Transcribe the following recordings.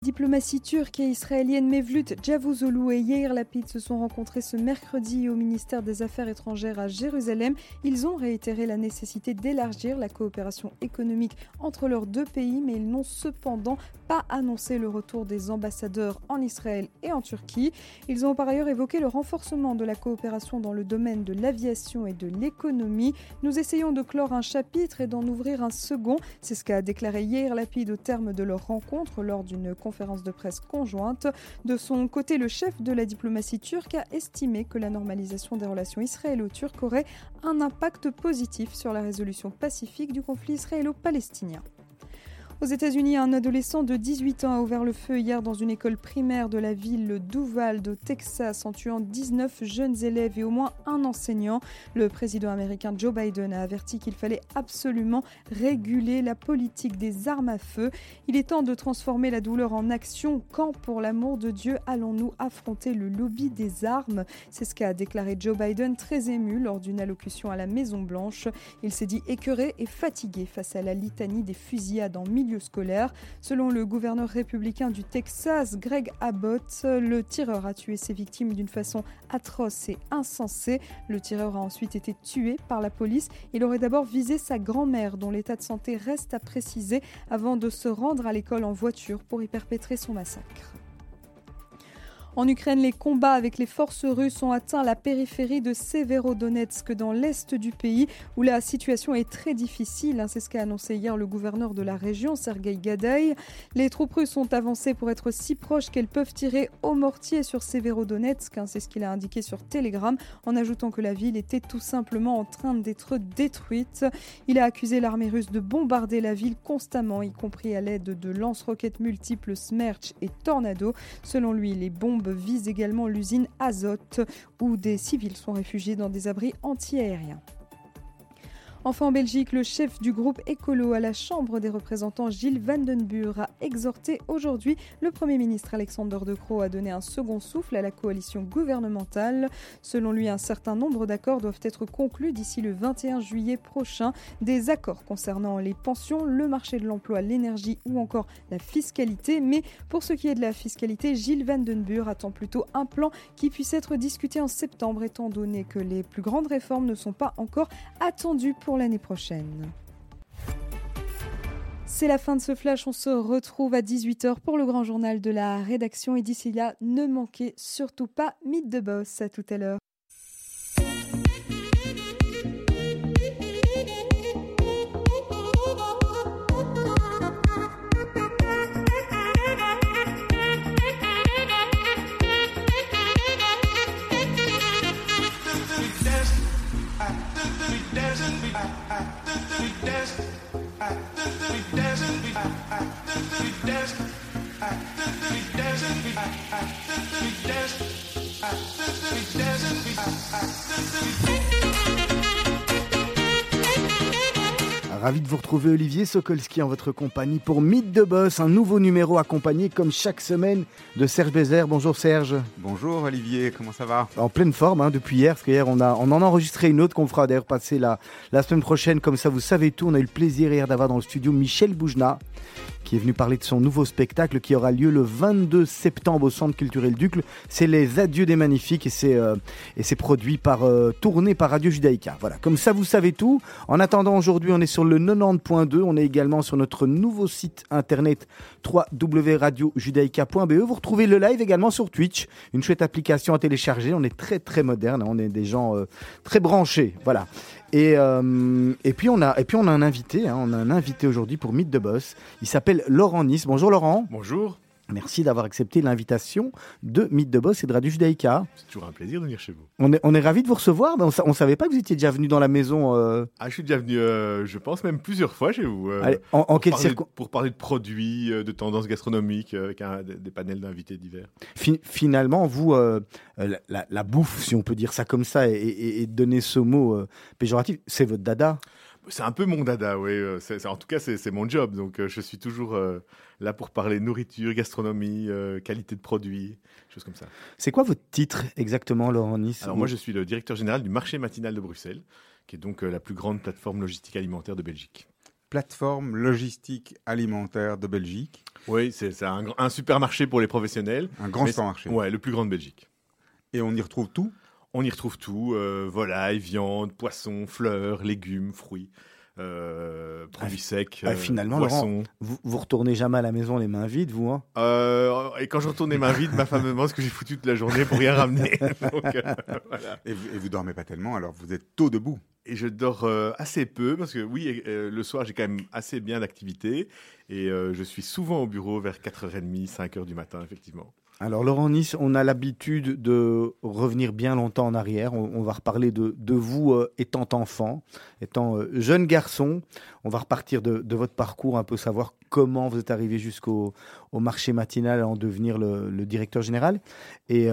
Diplomatie turque et israélienne Mevlut Cavusoglu et Yair Lapid se sont rencontrés ce mercredi au ministère des Affaires étrangères à Jérusalem. Ils ont réitéré la nécessité d'élargir la coopération économique entre leurs deux pays, mais ils n'ont cependant pas annoncé le retour des ambassadeurs en Israël et en Turquie. Ils ont par ailleurs évoqué le renforcement de la coopération dans le domaine de l'aviation et de l'économie. Nous essayons de clore un chapitre et d'en ouvrir un second. C'est ce qu'a déclaré Yair Lapid au terme de leur rencontre lors d'une conférence de presse conjointe. De son côté, le chef de la diplomatie turque a estimé que la normalisation des relations israélo-turques aurait un impact positif sur la résolution pacifique du conflit israélo-palestinien. Aux États-Unis, un adolescent de 18 ans a ouvert le feu hier dans une école primaire de la ville d'Uvalde, au Texas, en tuant 19 jeunes élèves et au moins un enseignant. Le président américain Joe Biden a averti qu'il fallait absolument réguler la politique des armes à feu. Il est temps de transformer la douleur en action. Quand, pour l'amour de Dieu, allons-nous affronter le lobby des armes ? C'est ce qu'a déclaré Joe Biden, très ému lors d'une allocution à la Maison-Blanche. Il s'est dit écœuré et fatigué face à la litanie des fusillades en milieu scolaire. Selon le gouverneur républicain du Texas, Greg Abbott, le tireur a tué ses victimes d'une façon atroce et insensée. Le tireur a ensuite été tué par la police. Il aurait d'abord visé sa grand-mère, dont l'état de santé reste à préciser, avant de se rendre à l'école en voiture pour y perpétrer son massacre. En Ukraine, les combats avec les forces russes ont atteint la périphérie de Severodonetsk dans l'est du pays où la situation est très difficile. C'est ce qu'a annoncé hier le gouverneur de la région, Sergueï Gadaï. Les troupes russes ont avancé pour être si proches qu'elles peuvent tirer au mortier sur Severodonetsk. C'est ce qu'il a indiqué sur Telegram en ajoutant que la ville était tout simplement en train d'être détruite. Il a accusé l'armée russe de bombarder la ville constamment, y compris à l'aide de lance-roquettes multiples Smerch et Tornado. Selon lui, les bombes vise également l'usine Azot, où des civils sont réfugiés dans des abris anti-aériens. Enfin, en Belgique, le chef du groupe écolo à la Chambre des représentants, Gilles Van den Burg, a exhorté aujourd'hui le Premier ministre Alexander De Croo à donner un second souffle à la coalition gouvernementale. Selon lui, un certain nombre d'accords doivent être conclus d'ici le 21 juillet prochain. Des accords concernant les pensions, le marché de l'emploi, l'énergie ou encore la fiscalité. Mais pour ce qui est de la fiscalité, Gilles Van den Burg attend plutôt un plan qui puisse être discuté en septembre, étant donné que les plus grandes réformes ne sont pas encore attendues pour l'année prochaine. C'est la fin de ce flash, on se retrouve à 18h pour le grand journal de la rédaction et d'ici là, ne manquez surtout pas Meet the Boss. À tout à l'heure. Ravi de vous retrouver, Olivier Sokolski, en votre compagnie pour Meet the Boss, un nouveau numéro accompagné comme chaque semaine de Serge Bézère. Bonjour Serge. Bonjour Olivier, comment ça va ? En pleine forme depuis hier, parce qu'hier on en a enregistré une autre qu'on fera d'ailleurs passer la semaine prochaine. Comme ça vous savez tout, on a eu le plaisir hier d'avoir dans le studio Michel Boujna, qui est venu parler de son nouveau spectacle qui aura lieu le 22 septembre au Centre culturel Ducle. C'est Les Adieux des Magnifiques et c'est produit tourné par Radio Judaïka. Voilà, comme ça vous savez tout. En attendant, aujourd'hui on est sur le 90.2, on est également sur notre nouveau site internet www.radiojudaïka.be. Vous retrouvez le live également sur Twitch, une chouette application à télécharger. On est très très moderne, on est des gens très branchés, voilà. Et puis on a un invité, on a un invité aujourd'hui pour Meet the Boss. Il s'appelle Laurent Nice. Bonjour Laurent. Bonjour. Merci d'avoir accepté l'invitation de Meet the Boss et de Radio Judaïka. C'est toujours un plaisir de venir chez vous. On est ravis de vous recevoir. On ne savait pas que vous étiez déjà venu dans la maison. Je suis déjà venu, je pense même plusieurs fois chez vous. Allez, pour parler de produits, de tendances gastronomiques, avec des panels d'invités divers. Finalement, vous, la bouffe, si on peut dire ça comme ça, et donner ce mot péjoratif, c'est votre dada. C'est un peu mon dada, oui. En tout cas, c'est mon job. Donc, je suis toujours là pour parler nourriture, gastronomie, qualité de produits, choses comme ça. C'est quoi votre titre exactement, Laurent Nice ? Alors, moi, je suis le directeur général du marché matinal de Bruxelles, qui est donc la plus grande plateforme logistique alimentaire de Belgique. plateforme logistique alimentaire de Belgique. Oui, c'est un supermarché pour les professionnels. Un grand supermarché. Ouais, le plus grand de Belgique. Et on y retrouve tout. On y retrouve tout, volaille, viande, poisson, fleurs, légumes, fruits, produits secs, finalement, poissons. Laurent, vous retournez jamais à la maison les mains vides, vous hein? Et quand je retourne les mains vides, ma femme me demande ce que j'ai foutu toute la journée pour rien ramener. Donc, voilà. Et vous dormez pas tellement, alors vous êtes tôt debout. Et je dors assez peu, parce que oui, le soir, j'ai quand même assez bien d'activité. Et je suis souvent au bureau vers 4h30, 5h du matin, effectivement. Alors Laurent Nice, on a l'habitude de revenir bien longtemps en arrière. On va reparler de vous étant enfant, étant jeune garçon. On va repartir de votre parcours, un peu savoir comment vous êtes arrivé jusqu'au marché matinal en devenir le directeur général. Et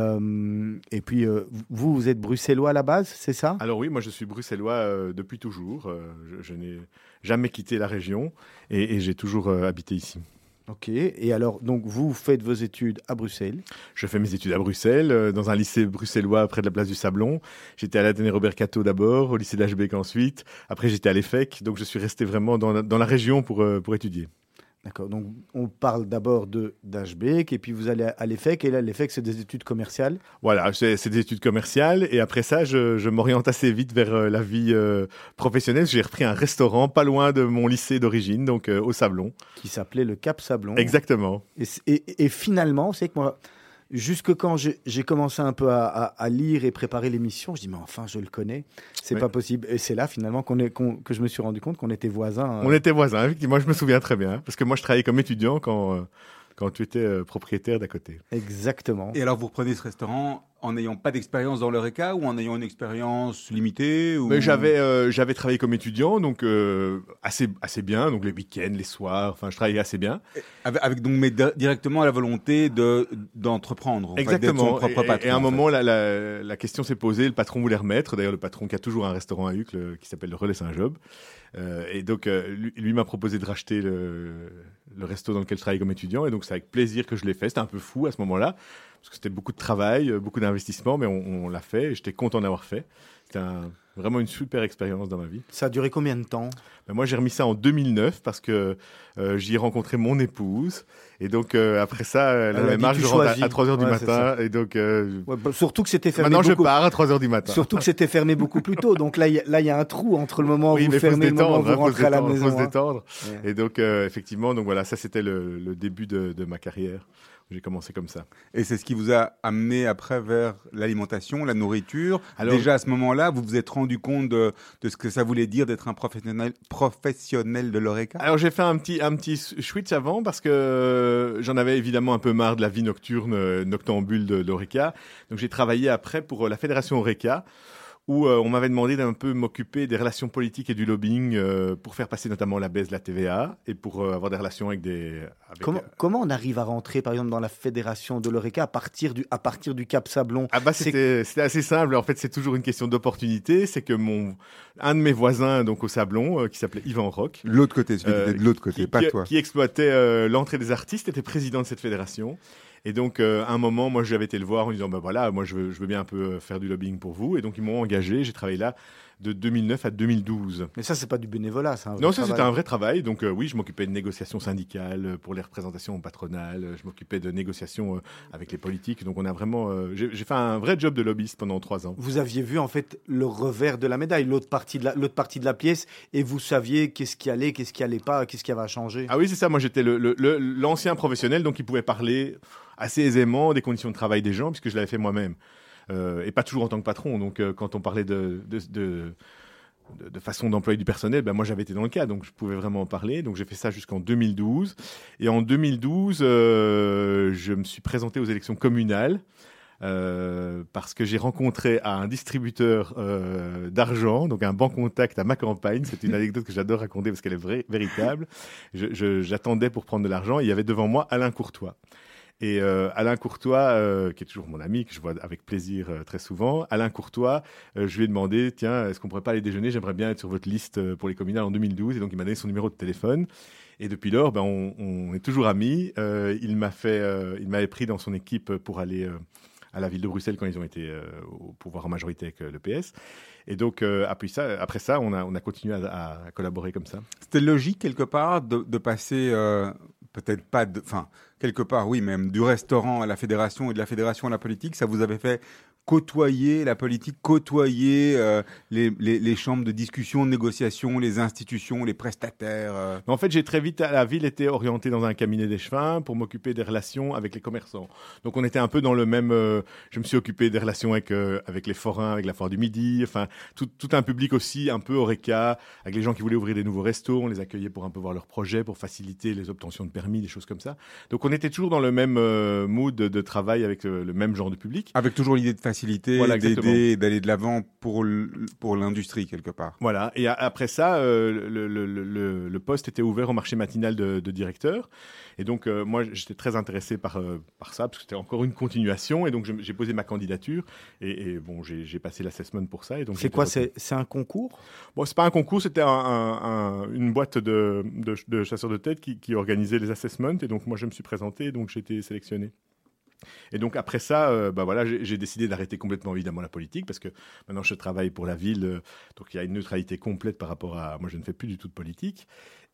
puis, vous êtes bruxellois à la base, c'est ça? Alors oui, moi je suis bruxellois depuis toujours. Je n'ai jamais quitté la région et j'ai toujours habité ici. Ok, et alors, donc vous faites vos études à Bruxelles? Je fais mes études à Bruxelles, dans un lycée bruxellois près de la place du Sablon. J'étais à l'Athénée Robert Cato d'abord, au lycée d'Ashbeek ensuite. Après, j'étais à l'EFEC, donc je suis resté vraiment dans la région pour étudier. D'accord, donc on parle d'abord d'Ashbeek, et puis vous allez à l'EFEC, et là, l'EFEC, c'est des études commerciales? Voilà, c'est des études commerciales, et après ça, je m'oriente assez vite vers la vie professionnelle. J'ai repris un restaurant pas loin de mon lycée d'origine, donc au Sablon. Qui s'appelait le Cap Sablon. Exactement. Et finalement, c'est que moi, jusque quand j'ai commencé un peu à lire et préparer l'émission, je dis, mais enfin, je le connais, c'est Oui. pas possible. Et c'est là, finalement, que je me suis rendu compte qu'on était voisins. On était voisins, effectivement, je me souviens très bien, parce que moi, je travaillais comme étudiant quand tu étais propriétaire d'à côté. Exactement. Et alors vous reprenez ce restaurant en n'ayant pas d'expérience dans l'Eureka ou en ayant une expérience limitée ou... Mais j'avais travaillé comme étudiant, donc assez bien, donc les week-ends, les soirs, enfin je travaillais assez bien. Avec donc mais directement la volonté d'entreprendre. Exactement. D'être son propre patron, et à un en fait. moment, la question s'est posée, le patron voulait remettre, d'ailleurs le patron qui a toujours un restaurant à Uccle qui s'appelle le Relais Saint-Job. Et donc lui m'a proposé de racheter le resto dans lequel je travaillais comme étudiant, et donc c'est avec plaisir que je l'ai fait. C'était un peu fou à ce moment-là, parce que c'était beaucoup de travail, beaucoup d'investissement, mais on l'a fait et j'étais content d'avoir fait. C'était vraiment une super expérience dans ma vie. Ça a duré combien de temps? Ben moi, j'ai remis ça en 2009 parce que j'y ai rencontré mon épouse. Et donc, après ça, elle a avait dit, marre, tu je rentre choisis. à 3h du Ouais, c'est matin. Et donc, Ouais, bah, surtout que c'était fermé maintenant, beaucoup. je pars à 3h du matin. Surtout que c'était fermé beaucoup plus tôt. Donc là, il y a un trou entre le moment où Oui, vous mais fermez et le moment où vous faut se rentrez à la détendre, maison. faut se hein. détendre. Ouais. Et donc, effectivement, donc voilà, ça, c'était le début de ma carrière. J'ai commencé comme ça. Et c'est ce qui vous a amené après vers l'alimentation, la nourriture. Alors- Déjà à ce moment-là, vous vous êtes rendu compte de ce que ça voulait dire d'être un professionnel de l'Oreca. Alors j'ai fait un petit switch avant parce que j'en avais évidemment un peu marre de la vie nocturne, noctambule de l'Oreca. Donc j'ai travaillé après pour la Fédération Oreca, où on m'avait demandé d'un peu m'occuper des relations politiques et du lobbying pour faire passer notamment la baisse de la TVA et pour avoir des relations avec Comment on arrive à rentrer, par exemple, dans la fédération de l'Oreca à partir du Cap Sablon? Ah bah c'était assez simple. En fait, c'est toujours une question d'opportunité. C'est que un de mes voisins, donc au Sablon, qui s'appelait Yvan Roch, L'autre côté, celui qui était de l'autre côté, pas toi. qui exploitait l'entrée des artistes, était président de cette fédération. Et donc, à un moment, moi, j'avais été le voir en lui disant, bah voilà, moi, je veux bien un peu faire du lobbying pour vous. Et donc, ils m'ont engagé. J'ai travaillé là de 2009 à 2012. Mais ça, c'est pas du bénévolat, c'est un vrai Non, ça, travail. c'était un vrai travail. Donc, oui, je m'occupais de négociations syndicales pour les représentations patronales. Je m'occupais de négociations avec les politiques. Donc, on a vraiment... j'ai fait un vrai job de lobbyiste pendant 3 ans. Vous aviez vu, en fait, le revers de la médaille, l'autre partie de la pièce, et vous saviez qu'est-ce qui allait pas, qu'est-ce qui avait à changer. Ah oui, c'est ça. Moi, j'étais l'ancien professionnel, donc il pouvait parler assez aisément des conditions de travail des gens, puisque je l'avais fait moi-même. Et pas toujours en tant que patron. Donc, quand on parlait de façon d'employer du personnel, ben moi, j'avais été dans le cas, donc je pouvais vraiment en parler. Donc, j'ai fait ça jusqu'en 2012. Et en 2012, je me suis présenté aux élections communales. Parce que j'ai rencontré un distributeur d'argent, donc un banc contact à ma campagne. C'est une anecdote que j'adore raconter parce qu'elle est véritable. J'attendais pour prendre de l'argent. Il y avait devant moi Alain Courtois. Et Alain Courtois, qui est toujours mon ami, que je vois avec plaisir très souvent, Alain Courtois, je lui ai demandé, tiens, est-ce qu'on pourrait pas aller déjeuner? J'aimerais bien être sur votre liste pour les communales en 2012. Et donc, il m'a donné son numéro de téléphone. Et depuis lors, ben, on est toujours amis. Il m'avait pris dans son équipe pour aller à la ville de Bruxelles quand ils ont été au pouvoir en majorité avec le PS. Et donc, après ça, on a continué à collaborer comme ça. C'était logique, quelque part, de passer, peut-être pas, quelque part, oui, même du restaurant à la fédération et de la fédération à la politique. Ça vous avait fait côtoyer la politique, côtoyer les chambres de discussion, de négociation, les institutions, les prestataires. En fait, j'ai très vite, la ville était orientée dans un cabinet d'échevin pour m'occuper des relations avec les commerçants. Donc, on était un peu dans le même. Je me suis occupé des relations avec les forains, avec la foire du Midi, enfin tout un public aussi un peu horeca, avec les gens qui voulaient ouvrir des nouveaux restos. On les accueillait pour un peu voir leurs projets, pour faciliter les obtentions de permis, des choses comme ça. Donc, on était toujours dans le même mood de travail avec le même genre de public. Avec toujours l'idée de faciliter, d'aider, d'aller de l'avant pour l'industrie, quelque part. Voilà. Et après ça, le poste était ouvert au marché matinal de directeur. Et donc, moi, j'étais très intéressé par ça, parce que c'était encore une continuation. Et donc, j'ai posé ma candidature. Et bon, j'ai passé l'assessment pour ça. Et donc, c'est quoi? C'est un concours? Bon, c'est pas un concours, c'était une boîte de chasseurs de tête qui organisait les assessments. Et donc, moi, je me suis présenté, et donc j'ai été sélectionné. Et donc après ça, j'ai décidé d'arrêter complètement évidemment la politique parce que maintenant je travaille pour la ville, donc il y a une neutralité complète par rapport à moi. Je ne fais plus du tout de politique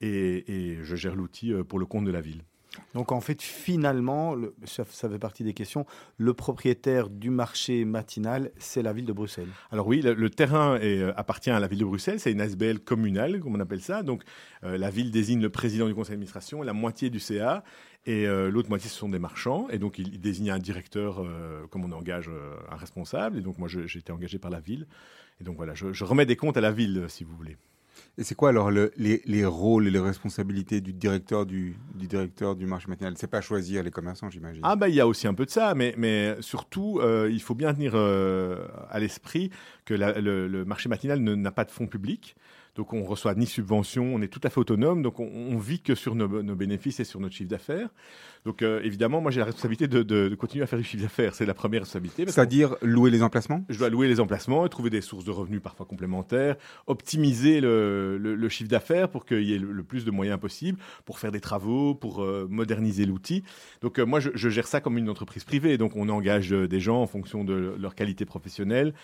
et je gère l'outil pour le compte de la ville. Donc en fait, finalement, ça fait partie des questions, le propriétaire du marché matinal, c'est la ville de Bruxelles. Alors oui, le terrain appartient à la ville de Bruxelles, c'est une ASBL communale, comme on appelle ça. Donc la ville désigne le président du conseil d'administration, la moitié du CA, et l'autre moitié, ce sont des marchands. Et donc il désigne un directeur, comme on engage un responsable. Et donc moi, j'ai été engagé par la ville. Et donc voilà, je remets des comptes à la ville, si vous voulez. Et c'est quoi alors les rôles et les responsabilités du directeur du marché matinal? C'est pas choisir les commerçants, j'imagine. Ah il y a aussi un peu de ça, mais surtout, il faut bien tenir à l'esprit que le marché matinal n'a pas de fonds publics. Donc, on ne reçoit ni subvention, on est tout à fait autonome. Donc, on vit que sur nos bénéfices et sur notre chiffre d'affaires. Donc, évidemment, moi, j'ai la responsabilité de continuer à faire du chiffre d'affaires. C'est la première responsabilité. C'est-à-dire louer les emplacements? Je dois louer les emplacements et trouver des sources de revenus parfois complémentaires, optimiser le chiffre d'affaires pour qu'il y ait le plus de moyens possible, pour faire des travaux, pour moderniser l'outil. Donc, moi, je gère ça comme une entreprise privée. Donc, on engage des gens en fonction de leur qualité professionnelle.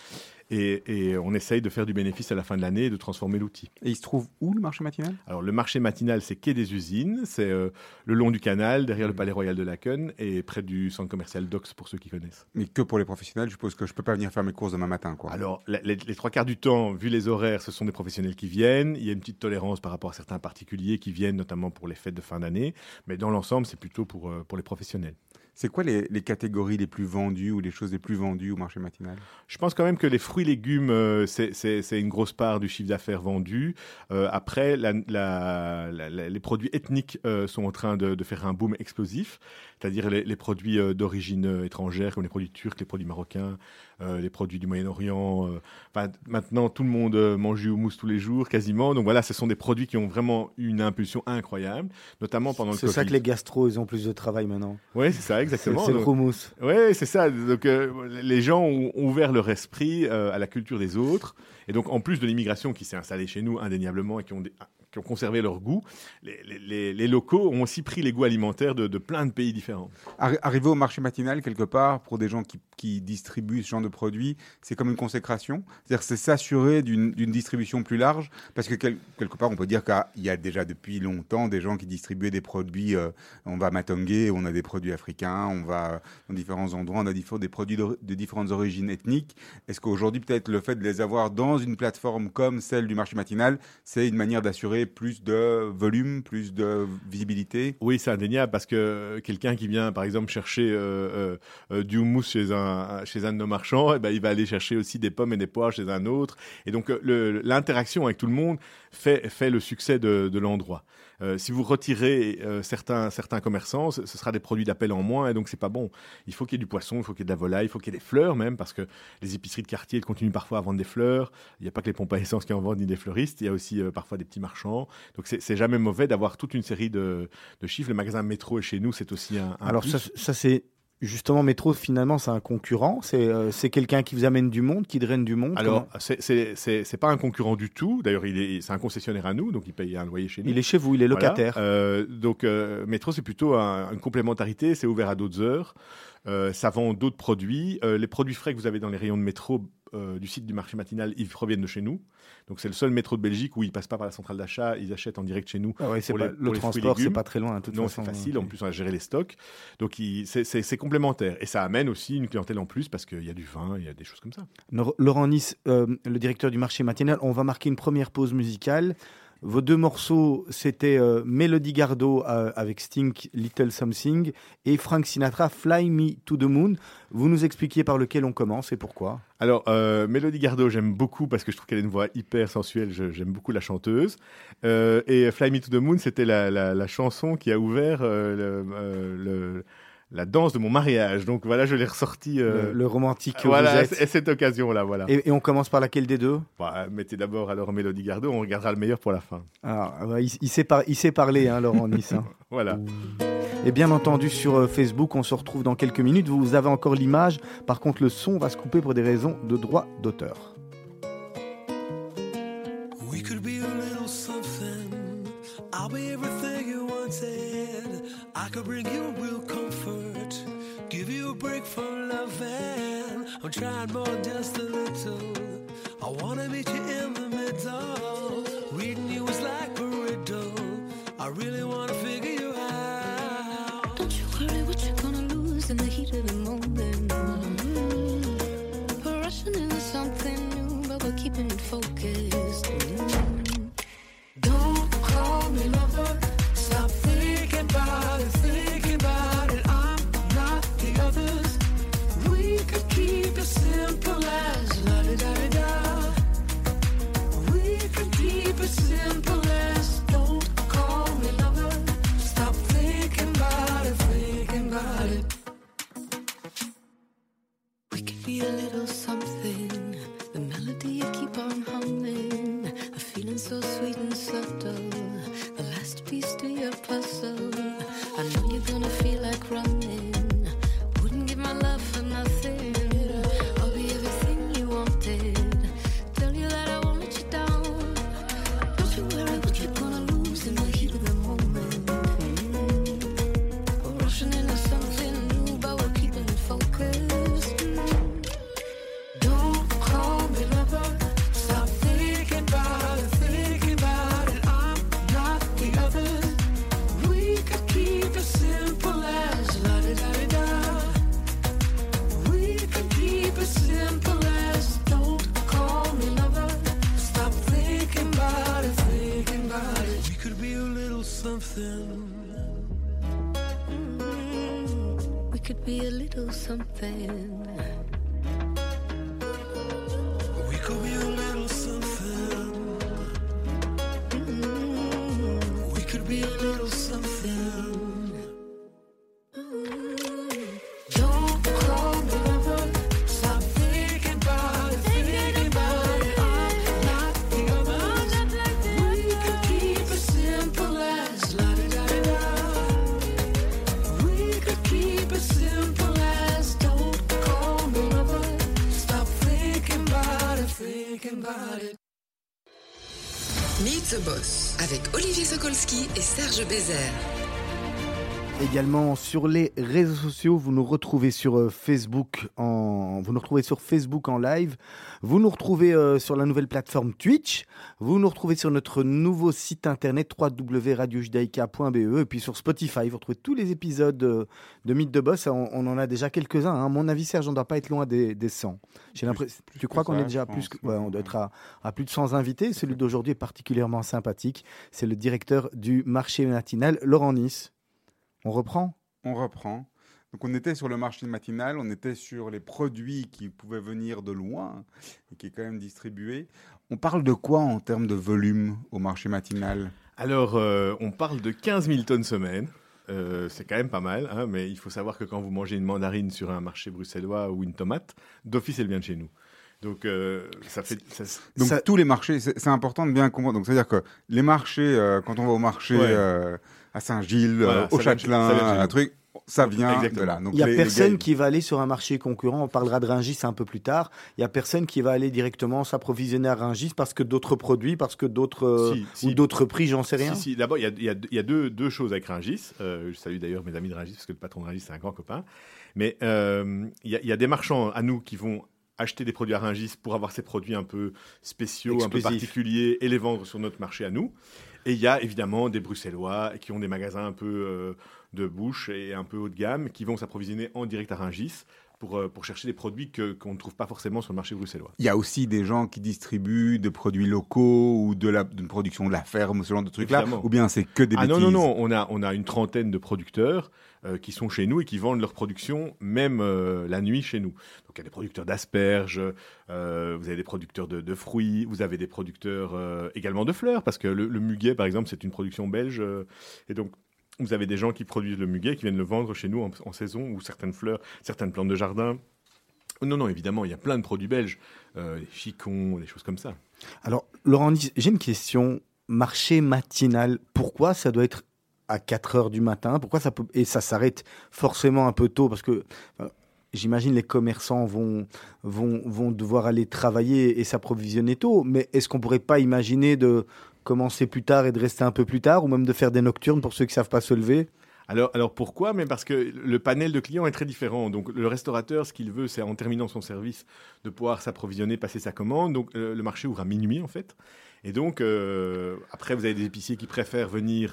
Et on essaye de faire du bénéfice à la fin de l'année et de transformer l'outil. Et il se trouve où, le marché matinal? Alors, le marché matinal, c'est quai des Usines. C'est le long du canal, derrière le Palais Royal de Laken et près du centre commercial Dox, pour ceux qui connaissent. Mais que pour les professionnels? Je suppose que je ne peux pas venir faire mes courses demain matin, quoi. Alors, les trois quarts du temps, vu les horaires, ce sont des professionnels qui viennent. Il y a une petite tolérance par rapport à certains particuliers qui viennent, notamment pour les fêtes de fin d'année. Mais dans l'ensemble, c'est plutôt pour les professionnels. C'est quoi les catégories les plus vendues ou les choses les plus vendues au marché matinal? Je pense quand même que les fruits et légumes, c'est une grosse part du chiffre d'affaires vendu. Après, les produits ethniques sont en train de faire un boom explosif, c'est-à-dire les produits d'origine étrangère, comme les produits turcs, les produits marocains, les produits du Moyen-Orient. Maintenant, tout le monde mange du houmous tous les jours, quasiment. Donc voilà, ce sont des produits qui ont vraiment eu une impulsion incroyable, notamment pendant le Covid. C'est ça que les gastros, ils ont plus de travail maintenant. Oui, c'est ça, exactement. C'est le houmous. Oui, c'est ça. Donc les gens ont ouvert leur esprit à la culture des autres. Et donc, en plus de l'immigration qui s'est installée chez nous indéniablement et qui ont conservé leur goût, les locaux ont aussi pris les goûts alimentaires de plein de pays différents. Arriver au marché matinal, quelque part, pour des gens qui distribuent ce genre de produits, c'est comme une consécration. C'est-à-dire c'est s'assurer d'une distribution plus large, parce que quelque part, on peut dire qu'il y a déjà depuis longtemps des gens qui distribuaient des produits. On va à Matongué, on a des produits africains, on va dans différents endroits, on a des produits de différentes origines ethniques. Est-ce qu'aujourd'hui, peut-être le fait de les avoir dans une plateforme comme celle du marché matinal, c'est une manière d'assurer plus de volume, plus de visibilité? Oui, c'est indéniable, parce que quelqu'un qui vient, par exemple, chercher du houmous chez un de nos marchands, il va aller chercher aussi des pommes et des poires chez un autre. Et donc, l'interaction avec tout le monde fait le succès de l'endroit. Si vous retirez certains commerçants, ce sera des produits d'appel en moins, et donc c'est pas bon. Il faut qu'il y ait du poisson, il faut qu'il y ait de la volaille, il faut qu'il y ait des fleurs même, parce que les épiceries de quartier elles continuent parfois à vendre des fleurs. Il n'y a pas que les pompes à essence qui en vendent, ni des fleuristes. Il y a aussi parfois des petits marchands. Donc c'est jamais mauvais d'avoir toute une série de chiffres. Le magasin Métro est chez nous, c'est aussi un Alors plus. ça c'est... Justement, Métro, finalement, c'est un concurrent. C'est quelqu'un qui vous amène du monde, qui draine du monde. Alors, c'est pas un concurrent du tout. D'ailleurs, c'est un concessionnaire à nous, donc il paye un loyer chez nous. Il est chez vous, il est locataire. Voilà. Donc, Métro, c'est plutôt une complémentarité. C'est ouvert à d'autres heures. Ça vend d'autres produits. Les produits frais que vous avez dans les rayons de Métro du site du marché matinal, ils proviennent de chez nous. Donc c'est le seul métro de Belgique où ils passent pas par la centrale d'achat, ils achètent en direct chez nous. Ah ouais, le transport, c'est pas très loin, de toute non, façon. c'est facile. En plus, on a géré les stocks. Donc c'est complémentaire. Et ça amène aussi une clientèle en plus parce qu'il y a du vin, il y a des choses comme ça. Laurent Nice, le directeur du marché matinal, on va marquer une première pause musicale. Vos 2 morceaux, c'était Melody Gardot avec Sting, Little Something, et Frank Sinatra, Fly Me to the Moon. Vous nous expliquiez par lequel on commence et pourquoi? Alors, Melody Gardot, j'aime beaucoup parce que je trouve qu'elle a une voix hyper sensuelle. J'aime beaucoup la chanteuse. Et Fly Me to the Moon, c'était la chanson qui a ouvert la danse de mon mariage. Donc voilà, je l'ai ressorti. Le romantique que voilà, vous êtes. à cette occasion-là, voilà. Et on commence par laquelle des deux? Mettez d'abord alors Mélodie Gardot, on regardera le meilleur pour la fin. Il sait parler, hein, Laurent Nice. Hein. Voilà. Et bien entendu, sur Facebook, on se retrouve dans quelques minutes. Vous avez encore l'image. Par contre, le son va se couper pour des raisons de droit d'auteur. We could be a little something. I'll be everything you wanted. I could bring you real comfort, give you a break from loving. I'm trying more than just a little. I wanna meet you in the middle. Reading you is like a riddle. I really wanna figure you out. Don't you worry what you're gonna lose in the heat of the moment. We're rushing into something new, but we're keeping it focused. Don't call me lover. Stop thinking about it, thinking about it. I'm not the others. We could keep it simple as la-di-da-di-da. We could keep it simple as don't call me lover. Stop thinking about it, thinking about it. We could be a little something. The melody you keep on humming. A feeling so sweet and subtle. The last piece to your puzzle. I know you're gonna feel like running. Wouldn't give my love for nothing. I'll be everything you wanted. Tell you that I won't let you down. Don't you worry what you're gonna lose in the heat of the moment. We're rushing into something new, but we're keeping it focused. Don't call me lover. Stop thinking about it, thinking about it. I'm not the others. We could keep it simple as la-di-da-di-da. We could keep it simple as don't call me lover. Stop thinking about it, thinking about it. We could be a little something. We could be a little something. We could be a little something. We could be a little something. Don't call me lover. Stop thinking about it, thinking about it. I'm not the others. We could keep it simple as la-di-da-di-da. We could keep it simple as don't call me lover. Stop thinking about it, thinking about it. Meet the Boss avec Olivier Sokolski et Serge Bézère. Également sur les réseaux sociaux, vous nous retrouvez sur Facebook en live. Vous nous retrouvez sur la nouvelle plateforme Twitch. Vous nous retrouvez sur notre nouveau site internet www.radiojudaïka.be et puis sur Spotify. Vous retrouvez tous les épisodes de Mythe de Boss. On en a déjà quelques-uns. Hein. À mon avis, Serge, on ne doit pas être loin des 100. J'ai l'impression. Tu crois qu'on est déjà plus que... Ouais, on doit être à plus de 100 invités. Celui d'aujourd'hui est particulièrement sympathique. C'est le directeur du marché matinal, Laurent Nice. On reprend ? On reprend. Donc on était sur le marché matinal, on était sur les produits qui pouvaient venir de loin et qui est quand même distribué. On parle de quoi en termes de volume au marché matinal ? Alors, on parle de 15 000 tonnes semaine. C'est quand même pas mal, hein, mais il faut savoir que quand vous mangez une mandarine sur un marché bruxellois ou une tomate, d'office, elle vient de chez nous. Donc, tous les marchés, c'est important de bien comprendre. Donc, c'est-à-dire que les marchés, quand on va au marché à Saint-Gilles, voilà, au Châtelain, un truc, ça vient exactement de là. Donc, il n'y a personne qui va aller sur un marché concurrent. On parlera de Rungis un peu plus tard. Il n'y a personne qui va aller directement s'approvisionner à Rungis parce que d'autres produits, parce que d'autres ou d'autres prix, j'en sais rien. Si. D'abord, il y a deux choses avec Rungis. Je salue d'ailleurs mes amis de Rungis parce que le patron de Rungis, c'est un grand copain. Mais il y a des marchands à nous qui vont acheter des produits à Rungis pour avoir ces produits un peu spéciaux, un peu Exclusifs. particuliers et les vendre sur notre marché à nous. Et il y a évidemment des Bruxellois qui ont des magasins un peu de bouche et un peu haut de gamme qui vont s'approvisionner en direct à Rungis pour chercher des produits qu'on ne trouve pas forcément sur le marché bruxellois. Il y a aussi des gens qui distribuent des produits locaux ou d'une production de la ferme ou ce genre de trucs-là. Évidemment. Ou bien c'est que des bêtises. Non, on a une trentaine de producteurs qui sont chez nous et qui vendent leur production même la nuit chez nous. Donc il y a des producteurs d'asperges, vous avez des producteurs de fruits, vous avez des producteurs également de fleurs, parce que le muguet, par exemple, c'est une production belge. Et donc vous avez des gens qui produisent le muguet, qui viennent le vendre chez nous en saison, ou certaines fleurs, certaines plantes de jardin. Non, évidemment, il y a plein de produits belges, des chicons, des choses comme ça. Alors, Laurent, j'ai une question. Marché matinal, pourquoi ça doit être à 4 heures du matin? Pourquoi ça peut... Et ça s'arrête forcément un peu tôt, parce que j'imagine les commerçants vont devoir aller travailler et s'approvisionner tôt. Mais est-ce qu'on ne pourrait pas imaginer de commencer plus tard et de rester un peu plus tard, ou même de faire des nocturnes pour ceux qui ne savent pas se lever? Alors pourquoi? Mais parce que le panel de clients est très différent. Donc le restaurateur, ce qu'il veut, c'est en terminant son service de pouvoir s'approvisionner, passer sa commande. Donc le marché ouvre à minuit en fait. Et donc après, vous avez des épiciers qui préfèrent venir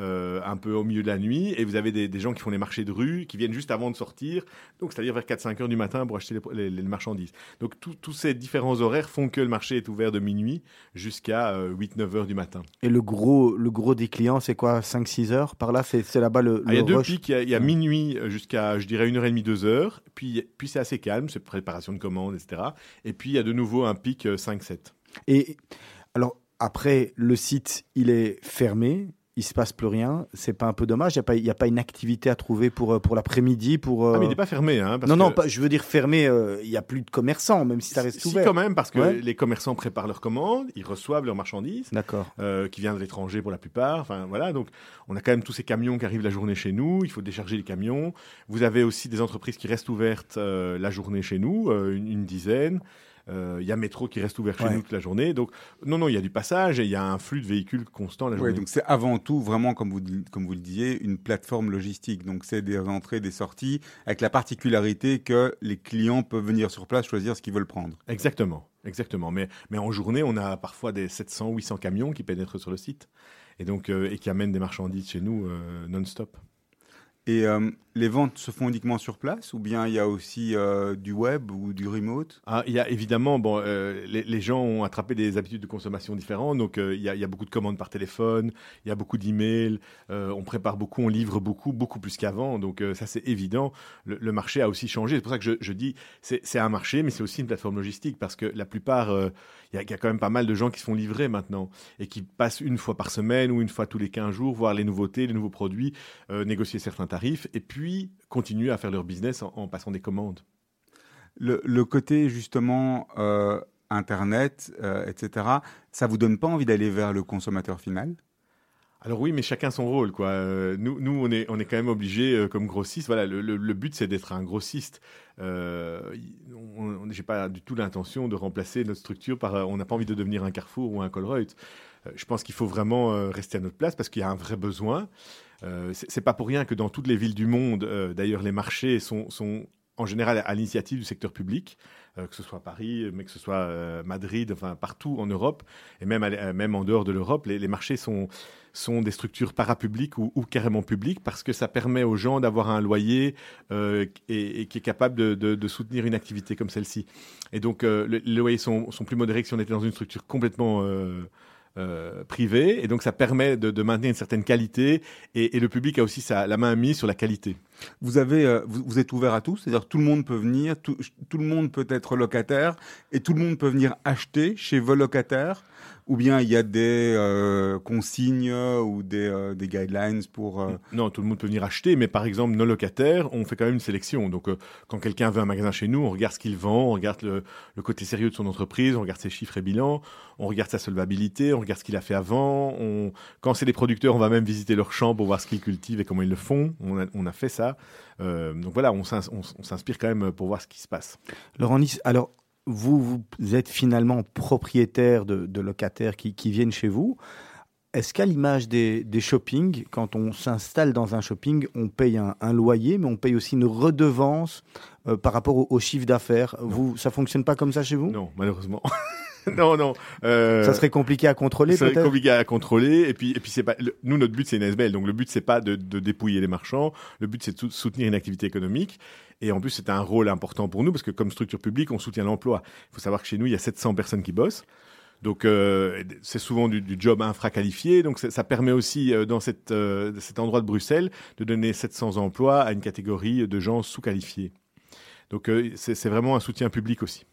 un peu au milieu de la nuit, et vous avez des gens qui font les marchés de rue, qui viennent juste avant de sortir, donc c'est-à-dire vers 4-5 heures du matin pour acheter les marchandises. Donc tous ces différents horaires font que le marché est ouvert de minuit jusqu'à 8-9 heures du matin. Et le gros des clients, c'est quoi? 5-6 heures par là? C'est là-bas le Il y a deux rush. pics, il y a minuit jusqu'à, je dirais, 1h30, 2h, puis c'est assez calme, c'est préparation de commandes, etc. Et puis il y a de nouveau un pic 5-7. Et alors, après, le site, il est fermé. Il se passe plus rien, c'est pas un peu dommage? Il n'y a pas une activité à trouver pour l'après-midi Ah, mais il n'est pas fermé. Hein, parce non, que... je veux dire fermé, il n'y a plus de commerçants, même si ça reste ouvert. Si, quand même, parce que Ouais. les commerçants préparent leurs commandes, ils reçoivent leurs marchandises, D'accord. qui viennent de l'étranger pour la plupart. Enfin, voilà, donc on a quand même tous ces camions qui arrivent la journée chez nous, il faut décharger les camions. Vous avez aussi des entreprises qui restent ouvertes la journée chez nous, une dizaine. Il y a Métro qui reste ouvert chez Ouais. nous toute la journée. Donc, non, il y a du passage et il y a un flux de véhicules constant la journée. Ouais, donc c'est avant tout vraiment, comme vous le disiez, une plateforme logistique. Donc c'est des entrées, des sorties, avec la particularité que les clients peuvent venir sur place choisir ce qu'ils veulent prendre. Exactement. Mais en journée, on a parfois des 700, 800 camions qui pénètrent sur le site et donc et qui amènent des marchandises chez nous non-stop. Et les ventes se font uniquement sur place, ou bien il y a aussi du web ou du remote? Il y a évidemment, les gens ont attrapé des habitudes de consommation différentes, donc il y a beaucoup de commandes par téléphone, il y a beaucoup d'emails, on prépare beaucoup, on livre beaucoup plus qu'avant, donc ça c'est évident. Le marché a aussi changé, c'est pour ça que je dis c'est un marché, mais c'est aussi une plateforme logistique, parce que la plupart, il y a quand même pas mal de gens qui se font livrer maintenant, et qui passent une fois par semaine ou une fois tous les 15 jours, voir les nouveautés, les nouveaux produits, négocier certains tarifs, et puis continuer à faire leur business en passant des commandes. Le côté justement Internet, etc., ça vous donne pas envie d'aller vers le consommateur final? Alors oui, mais chacun son rôle, quoi. Nous, on est quand même obligés, comme grossiste. Voilà, le but c'est d'être un grossiste. J'ai pas du tout l'intention de remplacer notre structure par. On n'a pas envie de devenir un Carrefour ou un Colruyt. Je pense qu'il faut vraiment rester à notre place parce qu'il y a un vrai besoin. C'est pas pour rien que dans toutes les villes du monde, d'ailleurs, les marchés sont en général à l'initiative du secteur public, que ce soit Paris, mais que ce soit Madrid, enfin partout en Europe, et même en dehors de l'Europe, les marchés sont des structures parapubliques ou carrément publiques, parce que ça permet aux gens d'avoir un loyer et qui est capable de soutenir une activité comme celle-ci. Et donc les loyers sont plus modérés que si on était dans une structure complètement privée, et donc ça permet de maintenir une certaine qualité, et le public a aussi la main mise sur la qualité. Vous êtes ouvert à tous, c'est-à-dire tout le monde peut venir, tout le monde peut être locataire, et tout le monde peut venir acheter chez vos locataires, ou bien il y a des consignes ou des guidelines pour... Non, tout le monde peut venir acheter, mais par exemple, nos locataires, on fait quand même une sélection. Donc, quand quelqu'un veut un magasin chez nous, on regarde ce qu'il vend, on regarde le côté sérieux de son entreprise, on regarde ses chiffres et bilans, on regarde sa solvabilité, on regarde ce qu'il a fait avant. Quand c'est des producteurs, on va même visiter leur champ pour voir ce qu'ils cultivent et comment ils le font. On a fait ça. Donc voilà, on s'inspire quand même pour voir ce qui se passe. Laurent Nice, alors vous êtes finalement propriétaire de locataires qui viennent chez vous. Est-ce qu'à l'image des shoppings, quand on s'installe dans un shopping, on paye un loyer, mais on paye aussi une redevance par rapport au chiffre d'affaires. Vous, ça fonctionne pas comme ça chez vous? Non, malheureusement. Non. Ça serait compliqué à contrôler, ça serait peut-être? compliqué à contrôler. Et puis c'est pas. Nous, notre but, c'est une SBL. Donc le but, c'est pas de dépouiller les marchands. Le but, c'est de soutenir une activité économique. Et en plus, c'est un rôle important pour nous parce que comme structure publique, on soutient l'emploi. Il faut savoir que chez nous, il y a 700 personnes qui bossent. Donc c'est souvent du job infra-qualifié. Donc ça permet aussi dans cet endroit de Bruxelles de donner 700 emplois à une catégorie de gens sous-qualifiés. Donc c'est vraiment un soutien public aussi.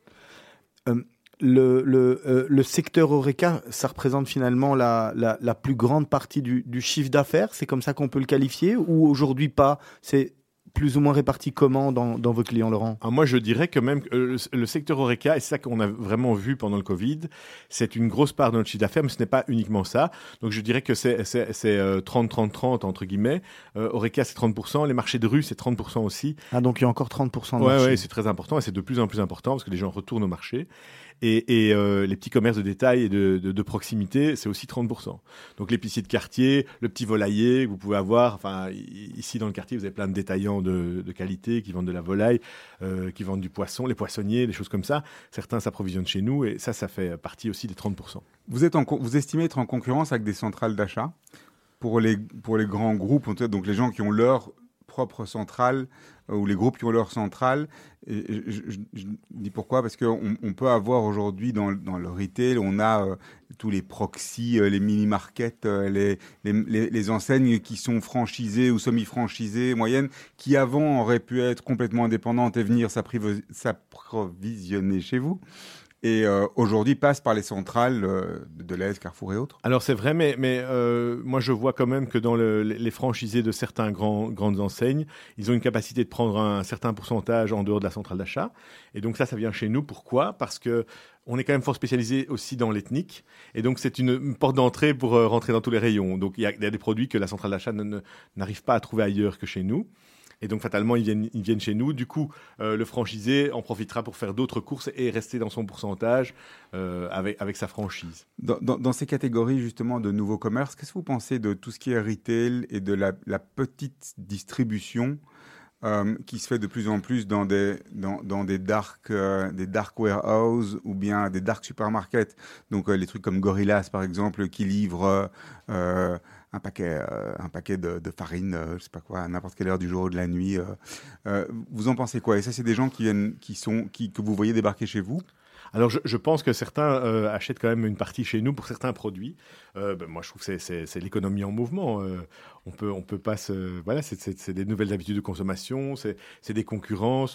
Le secteur Horeca, ça représente finalement la plus grande partie du chiffre d'affaires. C'est comme ça qu'on peut le qualifier, ou aujourd'hui pas? C'est plus ou moins réparti comment dans vos clients, Laurent? Moi, je dirais que même le secteur Horeca, et c'est ça qu'on a vraiment vu pendant le Covid, c'est une grosse part de notre chiffre d'affaires, mais ce n'est pas uniquement ça. Donc, je dirais que c'est 30-30-30, entre guillemets. Horeca, c'est 30%. Les marchés de rue, c'est 30% aussi. Ah, donc il y a encore 30% de marché. Ouais, c'est très important, et c'est de plus en plus important parce que les gens retournent au marché. Et les petits commerces de détail et de proximité, c'est aussi 30%. Donc l'épicier de quartier, le petit volailler que vous pouvez avoir. Enfin, ici dans le quartier, vous avez plein de détaillants de qualité qui vendent de la volaille, qui vendent du poisson, les poissonniers, des choses comme ça. Certains s'approvisionnent chez nous et ça fait partie aussi des 30%. Vous estimez être en concurrence avec des centrales d'achat pour les grands groupes, donc les gens qui ont leur propre centrale ou les groupes qui ont leur centrale. Et je dis pourquoi, parce qu'on peut avoir aujourd'hui dans le retail, on a tous les proxys, les mini-markets, les enseignes qui sont franchisées ou semi-franchisées, moyennes, qui avant auraient pu être complètement indépendantes et venir s'approvisionner chez vous. Et aujourd'hui passe par les centrales de Delhaize, Carrefour et autres. Alors c'est vrai, mais moi je vois quand même que dans les franchisés de certaines grandes enseignes, ils ont une capacité de prendre un certain pourcentage en dehors de la centrale d'achat. Et donc ça vient chez nous. Pourquoi ? Parce que on est quand même fort spécialisé aussi dans l'ethnique. Et donc c'est une porte d'entrée pour rentrer dans tous les rayons. Donc il y a des produits que la centrale d'achat n'arrive pas à trouver ailleurs que chez nous. Et donc, fatalement, ils viennent chez nous. Du coup, le franchisé en profitera pour faire d'autres courses et rester dans son pourcentage avec sa franchise. Dans ces catégories, justement, de nouveaux commerces, qu'est-ce que vous pensez de tout ce qui est retail et de la petite distribution qui se fait de plus en plus dans des dark warehouses ou bien des dark supermarkets? Donc, les trucs comme Gorillas, par exemple, qui livrent un paquet de farine, je sais pas quoi, à n'importe quelle heure du jour ou de la nuit. Vous en pensez quoi? Et ça, c'est des gens que vous voyez débarquer chez vous? Alors, je pense que certains achètent quand même une partie chez nous pour certains produits. Moi, je trouve que c'est l'économie en mouvement. On peut pas voilà, c'est des nouvelles habitudes de consommation, c'est des concurrences.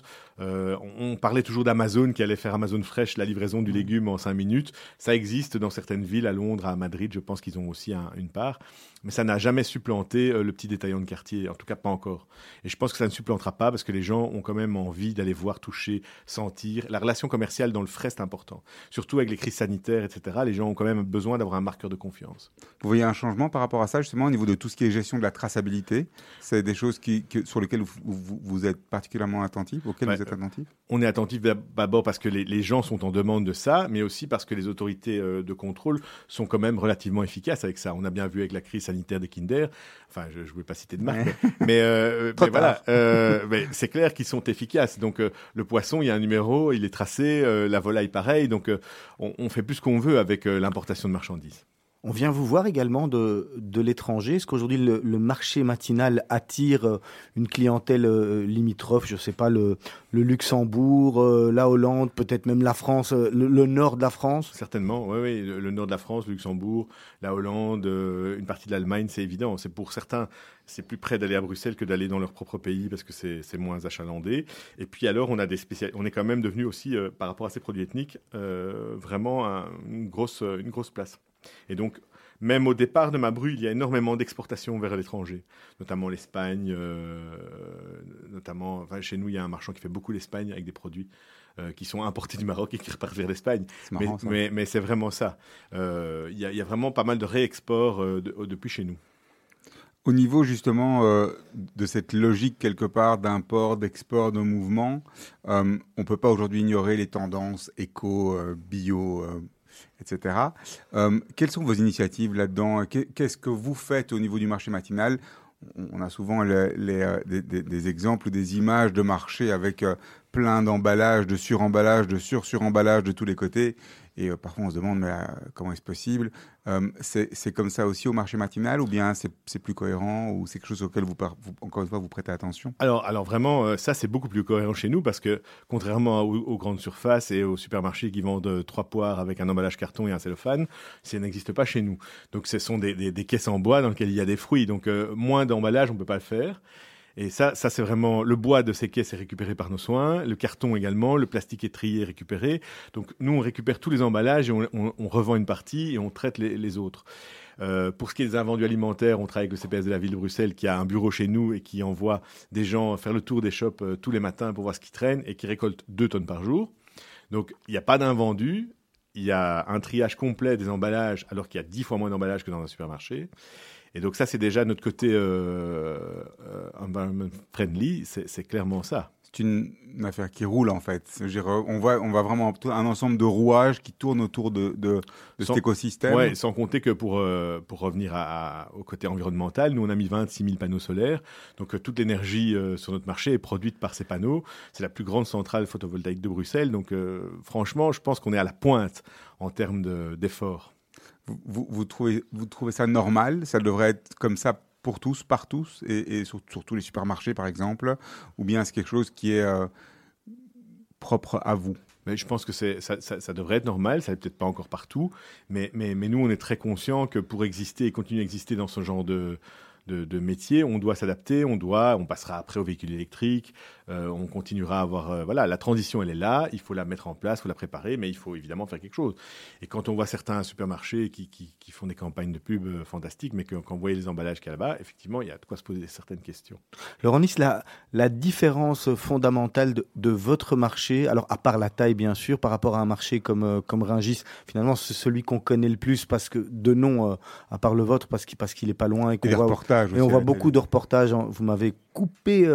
On parlait toujours d'Amazon qui allait faire Amazon Fresh, la livraison du légume en 5 minutes. Ça existe dans certaines villes, à Londres, à Madrid. Je pense qu'ils ont aussi une part. Mais ça n'a jamais supplanté le petit détaillant de quartier, en tout cas pas encore. Et je pense que ça ne supplantera pas parce que les gens ont quand même envie d'aller voir, toucher, sentir. La relation commerciale dans le frais, c'est important. Surtout avec les crises sanitaires, etc. Les gens ont quand même besoin d'avoir un marqueur de confiance. Vous voyez un changement par rapport à ça, justement, au niveau de tout ce qui est gestion de la traçabilité? C'est des choses sur lesquelles vous êtes particulièrement attentif, auxquelles vous êtes attentif? On est attentif d'abord parce que les gens sont en demande de ça, mais aussi parce que les autorités de contrôle sont quand même relativement efficaces avec ça. On a bien vu avec la crise sanitaire des Kinder, enfin je ne voulais pas citer de marque, mais voilà, mais c'est clair qu'ils sont efficaces. Donc le poisson, il y a un numéro, il est tracé, la volaille pareil, donc on fait plus ce qu'on veut avec l'importation de marchandises. On vient vous voir également de l'étranger. Est-ce qu'aujourd'hui, le marché matinal attire une clientèle limitrophe? Je ne sais pas, le Luxembourg, la Hollande, peut-être même la France, le nord de la France? Certainement, oui. Le nord de la France, le Luxembourg, la Hollande, une partie de l'Allemagne, c'est évident. C'est pour certains, c'est plus près d'aller à Bruxelles que d'aller dans leur propre pays parce que c'est moins achalandé. Et puis alors, on est quand même devenu aussi, par rapport à ces produits ethniques, vraiment une grosse place. Et donc, même au départ de ma bru, il y a énormément d'exportations vers l'étranger, notamment l'Espagne. Enfin, chez nous, il y a un marchand qui fait beaucoup l'Espagne avec des produits qui sont importés du Maroc et qui repartent vers l'Espagne. C'est marrant, ça. Mais c'est vraiment ça. Il y a vraiment pas mal de réexports depuis chez nous. Au niveau justement de cette logique quelque part d'import, d'export, de mouvement, on ne peut pas aujourd'hui ignorer les tendances éco, bio, etc. Quelles sont vos initiatives là-dedans? Qu'est-ce que vous faites au niveau du marché matinal? on a souvent des exemples ou des images de marché avec plein d'emballages, de suremballage, de suremballage de tous les côtés. Et parfois, on se demande mais, comment est-ce possible. C'est comme ça aussi au marché matinal, ou bien c'est plus cohérent, ou c'est quelque chose auquel encore une fois, vous prêtez attention? Alors vraiment, ça, c'est beaucoup plus cohérent chez nous parce que, contrairement aux grandes surfaces et aux supermarchés qui vendent 3 poires avec un emballage carton et un cellophane, ça n'existe pas chez nous. Donc, ce sont des caisses en bois dans lesquelles il y a des fruits. Donc, moins d'emballage, on ne peut pas le faire. Et ça, c'est vraiment le bois de ces caisses est récupéré par nos soins, le carton également, le plastique est trié, récupéré. Donc nous, on récupère tous les emballages et on revend une partie et on traite les autres. Pour ce qui est des invendus alimentaires, on travaille avec le CPS de la ville de Bruxelles qui a un bureau chez nous et qui envoie des gens faire le tour des shops tous les matins pour voir ce qui traîne et qui récolte 2 tonnes par jour. Donc il n'y a pas d'invendus. Il y a un triage complet des emballages alors qu'il y a 10 fois moins d'emballages que dans un supermarché. Et donc ça, c'est déjà notre côté environment friendly, c'est clairement ça. C'est une affaire qui roule en fait. On voit vraiment un ensemble de rouages qui tournent autour de cet écosystème. Oui, sans compter que pour revenir au côté environnemental, nous on a mis 26 000 panneaux solaires. Donc toute l'énergie sur notre marché est produite par ces panneaux. C'est la plus grande centrale photovoltaïque de Bruxelles. Donc franchement, je pense qu'on est à la pointe en termes d'efforts. Vous trouvez ça normal? Ça devrait être comme ça pour tous, par tous, et sur tous les supermarchés, par exemple? Ou bien c'est quelque chose qui est propre à vous? Mais je pense que ça devrait être normal, ça n'est peut-être pas encore partout, mais nous, on est très conscients que pour exister et continuer à exister dans ce genre de métier, on doit s'adapter, on passera après au véhicule électrique, on continuera à avoir... la transition, elle est là, il faut la mettre en place, il faut la préparer, mais il faut évidemment faire quelque chose. Et quand on voit certains supermarchés qui font des campagnes de pub fantastiques, mais quand on voit les emballages qu'il y a là-bas, effectivement, il y a de quoi se poser certaines questions. Laurent Nice, la différence fondamentale de votre marché, alors à part la taille bien sûr, par rapport à un marché comme Rungis, finalement c'est celui qu'on connaît le plus parce que de nom, à part le vôtre, parce qu'il est pas loin et qu'on on voit beaucoup de reportages. Vous m'avez coupé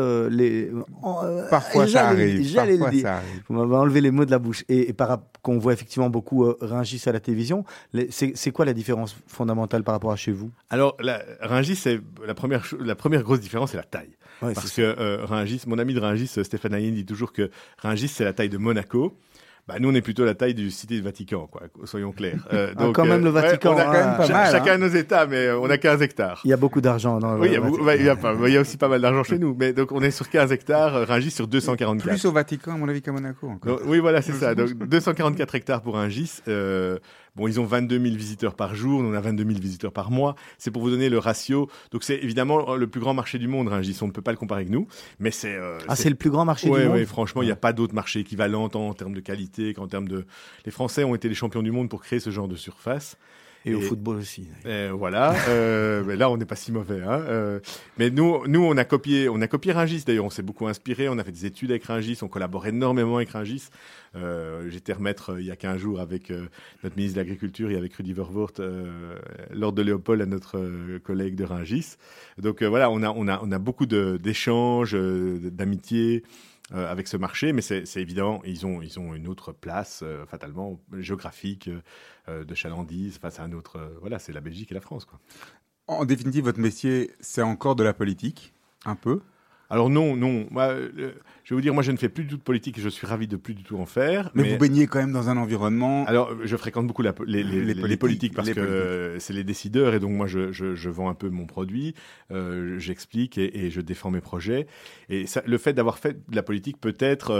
parfois ça arrive. Vous m'avez enlevé les mots de la bouche. Et qu'on voit effectivement beaucoup Rungis à la télévision. C'est quoi la différence fondamentale par rapport à chez vous? Alors, Rungis, c'est la première grosse différence, c'est la taille. Ouais, parce que Rungis, mon ami de Rungis, Stéphane Hayen, dit toujours que Rungis, c'est la taille de Monaco. Bah, nous, on est plutôt la taille du Cité du Vatican, quoi, soyons clairs. Donc, quand même, le Vatican. On a quand même pas mal. Chacun nos États, mais on a 15 hectares. Il y a beaucoup d'argent dans le Vatican. Il y a aussi pas mal d'argent chez nous. Mais donc, on est sur 15 hectares, Rungis sur 244. Plus au Vatican, à mon avis, qu'à Monaco. Encore. Donc, oui, voilà, c'est ça. Donc, 244 hectares pour Rungis. Bon, ils ont 22 000 visiteurs par jour, nous on a 22 000 visiteurs par mois. C'est pour vous donner le ratio. Donc c'est évidemment le plus grand marché du monde, Rungis. On ne peut pas le comparer avec nous, mais c'est... c'est le plus grand marché du monde? Oui, franchement, il n'y a pas d'autre marché équivalent tant en termes de qualité qu'en termes de... Les Français ont été les champions du monde pour créer ce genre de surface. Et au football aussi. Voilà. Mais là, on n'est pas si mauvais. Hein. Mais nous, on a copié Rungis. D'ailleurs, on s'est beaucoup inspiré. On a fait des études avec Rungis. On collabore énormément avec Rungis. J'étais remettre il y a 15 jours avec notre ministre de l'Agriculture et avec Rudy Verwoerd, Lord de Léopold, à notre collègue de Rungis. Donc voilà, on a beaucoup d'échanges, d'amitié. Avec ce marché, mais c'est évident, ils ont une autre place fatalement géographique de chalandise face à un autre. Voilà, c'est la Belgique et la France, quoi. En définitive, votre métier, c'est encore de la politique, un peu? Alors non. Moi, je vais vous dire, moi je ne fais plus du tout de politique et je suis ravi de plus du tout en faire. Mais vous baignez quand même dans un environnement... Alors je fréquente beaucoup les politiques parce que c'est les décideurs et donc moi je vends un peu mon produit, j'explique et je défends mes projets. Et ça, le fait d'avoir fait de la politique peut-être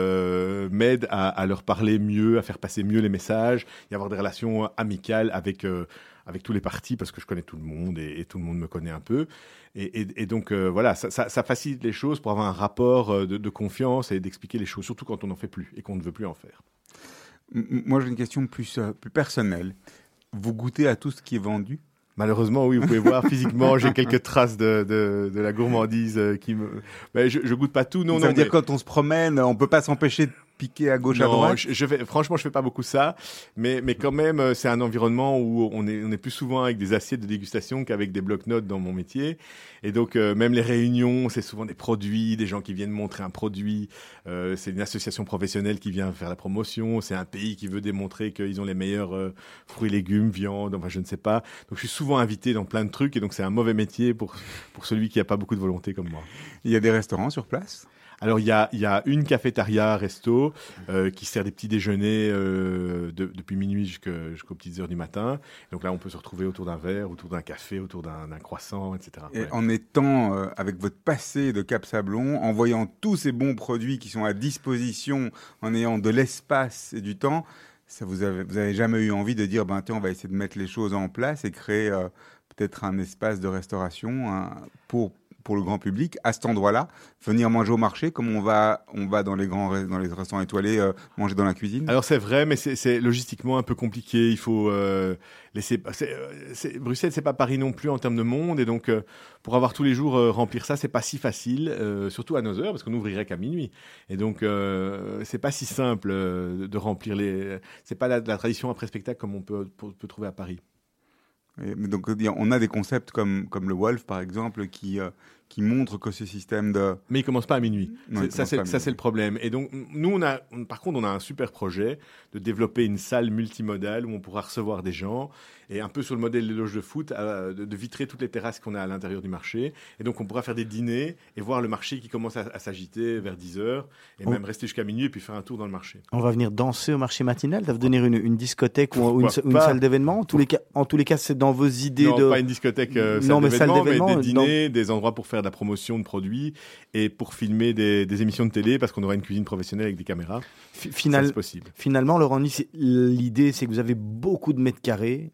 m'aide à leur parler mieux, à faire passer mieux les messages et avoir des relations amicales avec tous les partis parce que je connais tout le monde et tout le monde me connaît un peu. Et donc, voilà, ça facilite les choses pour avoir un rapport de confiance et d'expliquer les choses, surtout quand on n'en fait plus et qu'on ne veut plus en faire. Moi, j'ai une question plus personnelle. Vous goûtez à tout ce qui est vendu? Malheureusement, oui, vous pouvez voir physiquement, j'ai quelques traces de la gourmandise qui me... Mais je goûte pas tout. Non, ça veut dire quand on se promène, on peut pas s'empêcher piquer à gauche, à Non, droite? franchement, je fais pas beaucoup ça, mais quand même, c'est un environnement où on est plus souvent avec des assiettes de dégustation qu'avec des blocs-notes dans mon métier. Et donc, même les réunions, c'est souvent des produits, des gens qui viennent montrer un produit. C'est une association professionnelle qui vient faire la promotion. C'est un pays qui veut démontrer qu'ils ont les meilleurs fruits, légumes, viande. Enfin, je ne sais pas. Donc, je suis souvent invité dans plein de trucs, et donc c'est un mauvais métier pour celui qui a pas beaucoup de volonté comme moi. Il y a des restaurants sur place? Alors, il y a une cafétéria resto qui sert des petits déjeuners depuis minuit jusqu'aux petites heures du matin. Donc là, on peut se retrouver autour d'un verre, autour d'un café, autour d'un croissant, etc. Et Ouais. en étant avec votre passé de Cap Sablon, en voyant tous ces bons produits qui sont à disposition, en ayant de l'espace et du temps, vous avez jamais eu envie de dire, ben tiens, on va essayer de mettre les choses en place et créer peut-être un espace de restauration pour le grand public à cet endroit-là, venir manger au marché comme on va dans les dans les restaurants étoilés manger dans la cuisine. Alors c'est vrai, mais c'est logistiquement un peu compliqué. Il faut laisser. Bruxelles, c'est pas Paris non plus en termes de monde, et donc pour avoir tous les jours remplir ça, c'est pas si facile, surtout à nos heures, parce qu'on n'ouvrirait qu'à minuit. Et donc c'est pas si simple de remplir C'est pas la tradition après spectacle comme on peut trouver à Paris. Donc, on a des concepts comme le Wolf, par exemple, qui montrent que ce système de... Mais il commence pas à minuit. Non, il Ça, commence pas à c'est minuit. le problème. Et donc, nous, par contre, on a un super projet de développer une salle multimodale où on pourra recevoir des gens, et un peu sur le modèle des loges de foot, de vitrer toutes les terrasses qu'on a à l'intérieur du marché. Et donc, on pourra faire des dîners et voir le marché qui commence à s'agiter vers 10h, et même rester jusqu'à minuit et puis faire un tour dans le marché. On va venir danser au marché matinal. Ça va devenir une discothèque ou une Pourquoi pas? salle d'événement. En tous les cas, c'est dans vos idées Non, de. pas une discothèque, Non, mais salle d'événement, des dîners, des endroits pour faire de la promotion de produits et pour filmer des émissions de télé, parce qu'on aura une cuisine professionnelle avec des caméras. Ça, c'est possible. Finalement, Laurent Nuy, l'idée, c'est que vous avez beaucoup de mètres carrés.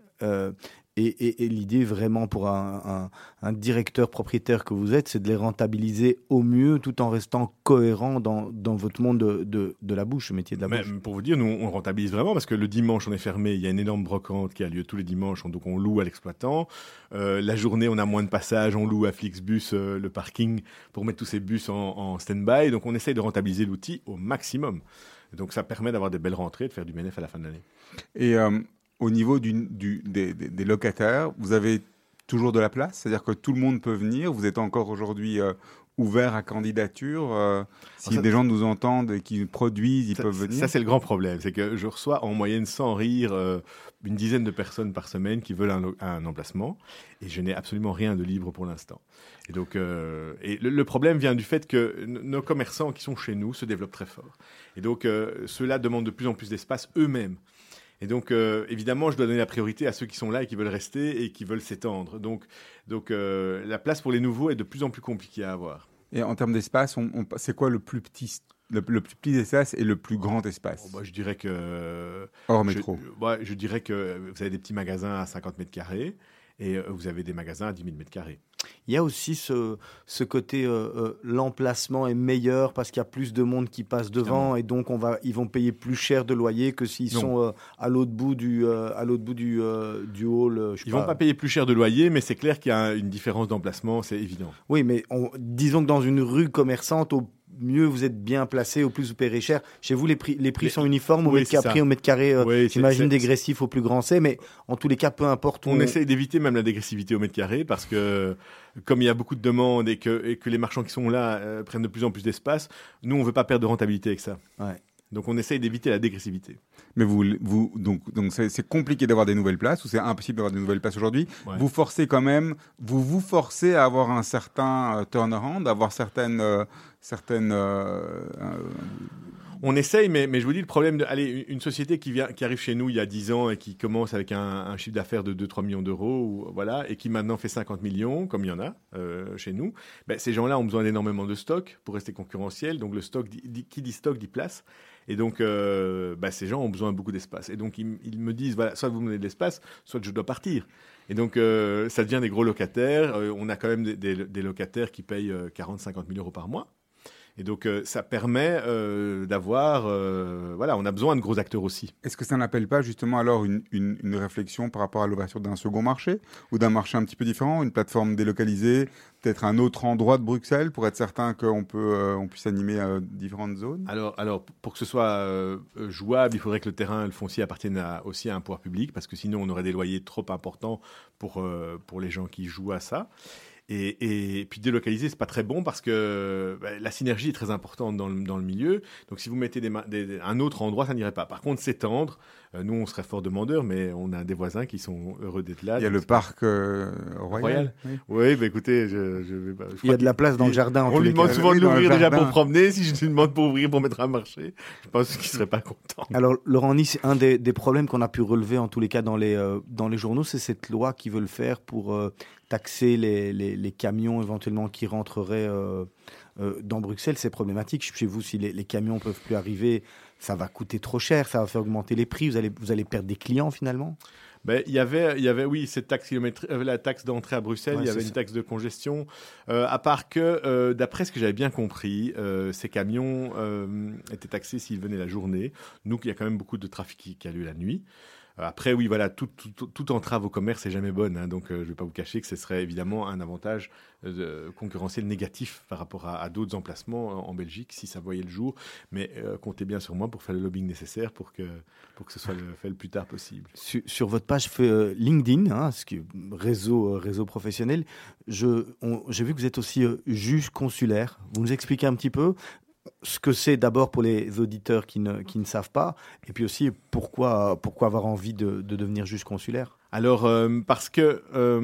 Et l'idée vraiment pour un directeur propriétaire que vous êtes, c'est de les rentabiliser au mieux tout en restant cohérent dans votre monde de la bouche, le métier de la bouche. Même pour vous dire, nous, on rentabilise vraiment, parce que le dimanche, on est fermé. Il y a une énorme brocante qui a lieu tous les dimanches, donc on loue à l'exploitant. La journée, on a moins de passages, on loue à Flixbus le parking pour mettre tous ces bus en stand-by. Donc on essaye de rentabiliser l'outil au maximum. Donc ça permet d'avoir des belles rentrées, de faire du bénéfice à la fin de l'année. Et au niveau des locataires, vous avez toujours de la place? C'est-à-dire que tout le monde peut venir? Vous êtes encore aujourd'hui ouvert à candidature? Si des gens nous entendent et qui produisent, ils peuvent venir? Ça, c'est le grand problème. C'est que je reçois en moyenne, sans rire, une dizaine de personnes par semaine qui veulent un emplacement. Et je n'ai absolument rien de libre pour l'instant. Et donc, le problème vient du fait que nos commerçants qui sont chez nous se développent très fort. Et donc, ceux-là demandent de plus en plus d'espace eux-mêmes. Et donc, évidemment, je dois donner la priorité à ceux qui sont là et qui veulent rester et qui veulent s'étendre. Donc, la place pour les nouveaux est de plus en plus compliquée à avoir. Et en termes d'espace, c'est quoi le plus petit espace et le plus grand espace? Je dirais que... Hors métro. Je dirais que vous avez des petits magasins à 50 mètres carrés et vous avez des magasins à 10 000 mètres carrés. Il y a aussi ce côté, l'emplacement est meilleur parce qu'il y a plus de monde qui passe devant, et donc ils vont payer plus cher de loyer que s'ils sont à l'autre bout du hall. Ils vont pas payer plus cher de loyer, mais c'est clair qu'il y a une différence d'emplacement, c'est évident. Oui, mais disons que dans une rue commerçante, au mieux vous êtes bien placé, au plus vous paierez cher. Chez vous, les prix sont uniformes, au mètre carré, j'imagine dégressif au plus grand c'est, mais en tous les cas, peu importe. On essaye d'éviter même la dégressivité au mètre carré, parce que comme il y a beaucoup de demandes et que les marchands qui sont là prennent de plus en plus d'espace, nous, on veut pas perdre de rentabilité avec ça. Ouais. Donc on essaye d'éviter la dégressivité. Mais donc c'est compliqué d'avoir des nouvelles places, ou c'est impossible d'avoir des nouvelles places aujourd'hui. Ouais. Vous forcez à avoir un certain turnaround, d'avoir certaines on essaye, mais je vous dis, le problème une société qui arrive chez nous il y a 10 ans et qui commence avec un chiffre d'affaires de 2-3 millions d'euros, et qui maintenant fait 50 millions, comme il y en a chez nous, ces gens-là ont besoin d'énormément de stock pour rester concurrentiels. Donc le stock, qui dit stock dit place. Et donc, ces gens ont besoin de beaucoup d'espace. Et donc, ils me disent, voilà, soit vous me donnez de l'espace, soit je dois partir. Et donc, ça devient des gros locataires. On a quand même des locataires qui payent 40-50 000 euros par mois. Et donc, ça permet d'avoir... voilà, on a besoin de gros acteurs aussi. Est-ce que ça n'appelle pas justement alors une réflexion par rapport à l'ouverture d'un second marché ou d'un marché un petit peu différent, une plateforme délocalisée, peut-être un autre endroit de Bruxelles pour être certain qu'on puisse animer différentes zones? Alors, pour que ce soit jouable, il faudrait que le terrain et le foncier appartiennent aussi à un pouvoir public, parce que sinon on aurait des loyers trop importants pour les gens qui jouent à ça. Et puis délocaliser, c'est pas très bon parce que la synergie est très importante dans le milieu. Donc si vous mettez un autre endroit, ça n'irait pas. Par contre, s'étendre, nous on serait fort demandeurs, mais on a des voisins qui sont heureux d'être là. Il y a le parc Royal. Oui, écoutez, il y a de la place dans le jardin. On lui demande souvent de l'ouvrir déjà pour jardin. promener. Si je lui demande pour ouvrir pour mettre un marché, je pense qu'il serait pas content. Alors, Laurent Nice, un des problèmes qu'on a pu relever, en tous les cas, dans les journaux, c'est cette loi qui veut le faire pour taxer les camions éventuellement qui rentreraient dans Bruxelles. C'est problématique. Chez vous, si les camions ne peuvent plus arriver, ça va coûter trop cher, ça va faire augmenter les prix. Vous allez perdre des clients, finalement. Il y avait, oui, cette taxe la taxe d'entrée à Bruxelles, Ouais, il y avait c'est une ça. taxe de congestion. À part que, d'après ce que j'avais bien compris, ces camions étaient taxés s'ils venaient la journée. Nous, il y a quand même beaucoup de trafic qui a lieu la nuit. Après, oui, voilà, toute entrave au commerce n'est jamais bonne. Hein, donc, je ne vais pas vous cacher que ce serait évidemment un avantage concurrentiel négatif par rapport à d'autres emplacements en Belgique, si ça voyait le jour. Mais comptez bien sur moi pour faire le lobbying nécessaire pour que ce soit fait le plus tard possible. Sur votre page LinkedIn, hein, réseau professionnel, j'ai vu que vous êtes aussi juge consulaire. Vous nous expliquez un petit peu ce que c'est d'abord pour les auditeurs qui ne savent pas, et puis aussi pourquoi avoir envie de devenir juge consulaire? Alors, parce que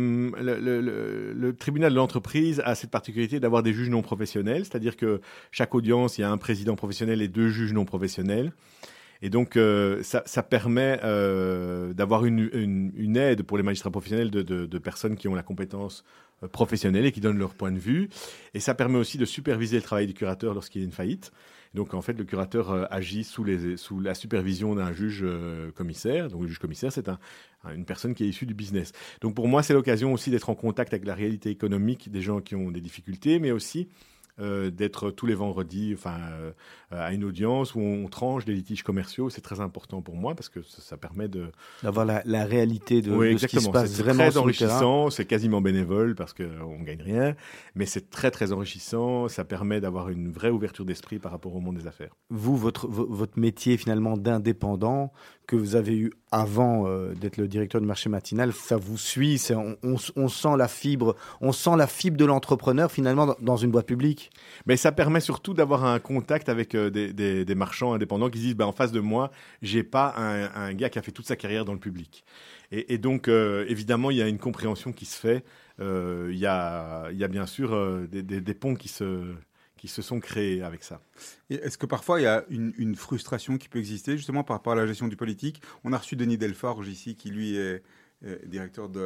le tribunal de l'entreprise a cette particularité d'avoir des juges non professionnels, c'est-à-dire que chaque audience, il y a un président professionnel et 2 juges non professionnels. Et donc, ça permet d'avoir une aide pour les magistrats professionnels de personnes qui ont la compétence professionnelle et qui donnent leur point de vue. Et ça permet aussi de superviser le travail du curateur lorsqu'il y a une faillite. Donc, en fait, le curateur agit sous la supervision d'un juge commissaire. Donc, le juge commissaire, c'est une personne qui est issue du business. Donc, pour moi, c'est l'occasion aussi d'être en contact avec la réalité économique des gens qui ont des difficultés, mais aussi d'être tous les vendredis à une audience où on tranche des litiges commerciaux. C'est très important pour moi parce que ça permet d'avoir la réalité de ce qui se exactement. passe C'est vraiment très sur le terrain. enrichissant, c'est quasiment bénévole parce qu'on ne gagne rien, mais c'est très très enrichissant, ça permet d'avoir une vraie ouverture d'esprit par rapport au monde des affaires. Vous, votre métier finalement d'indépendant que vous avez eu avant d'être le directeur du marché matinal, ça vous suit, on sent la fibre de l'entrepreneur finalement dans une boîte publique. Mais ça permet surtout d'avoir un contact avec des marchands indépendants qui se disent en face de moi, j'ai pas un gars qui a fait toute sa carrière dans le public. Et donc, évidemment, il y a une compréhension qui se fait. Il y a bien sûr des ponts qui se sont créés avec ça. Et est-ce que parfois il y a une frustration qui peut exister justement par rapport à la gestion du politique? On a reçu Denis Delforge ici qui lui est directeur du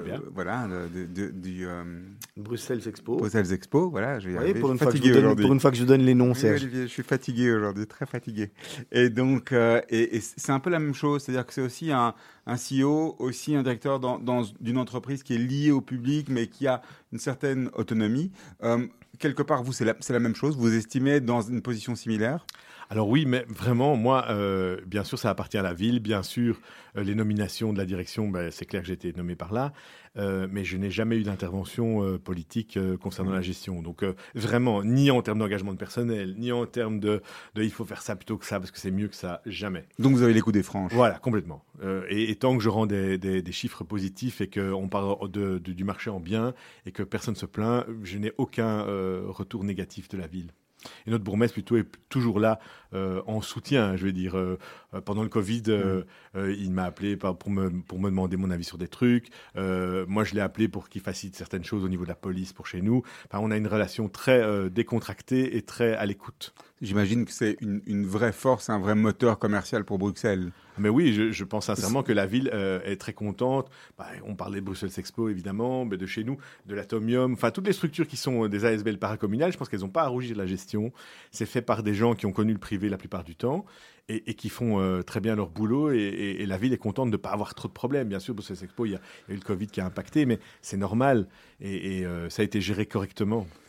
Bruxelles Expo. Bruxelles Expo, voilà, je vais y arriver. Pour Je une suis fois fatigué aujourd'hui. pour une fois que je donne les noms, Oui, Serge. Olivier, je suis fatigué aujourd'hui, très fatigué. Et donc, et c'est un peu la même chose, c'est-à-dire que c'est aussi un CEO, aussi un directeur d'une entreprise qui est liée au public, mais qui a une certaine autonomie. Quelque part, vous, c'est la même chose. Vous estimez être dans une position similaire? Alors oui, mais vraiment, moi, bien sûr, ça appartient à la ville. Bien sûr, les nominations de la direction, c'est clair que j'ai été nommé par là. Mais je n'ai jamais eu d'intervention politique concernant la gestion. Donc vraiment, ni en termes d'engagement de personnel, ni en termes de il faut faire ça plutôt que ça, parce que c'est mieux que ça, jamais. Donc vous avez les coups des franges. Voilà, complètement. Et tant que je rends des chiffres positifs et qu'on parle du marché en bien et que personne ne se plaint, je n'ai aucun retour négatif de la ville. Et notre bourgmestre plutôt est toujours là en soutien, je veux dire. Pendant le Covid, il m'a appelé pour me demander mon avis sur des trucs. Moi, je l'ai appelé pour qu'il facilite certaines choses au niveau de la police pour chez nous. Enfin, on a une relation très décontractée et très à l'écoute. J'imagine que c'est une vraie force, un vrai moteur commercial pour Bruxelles. Mais oui, je pense sincèrement que la ville est très contente. On parlait de Bruxelles Expo, évidemment, mais de chez nous, de l'Atomium. Enfin, toutes les structures qui sont des ASBL paracommunales, je pense qu'elles n'ont pas à rougir de la gestion. C'est fait par des gens qui ont connu le privé la plupart du temps et qui font très bien leur boulot. Et la ville est contente de ne pas avoir trop de problèmes. Bien sûr, Bruxelles Expo, il y a eu le Covid qui a impacté, mais c'est normal. Et ça a été géré correctement.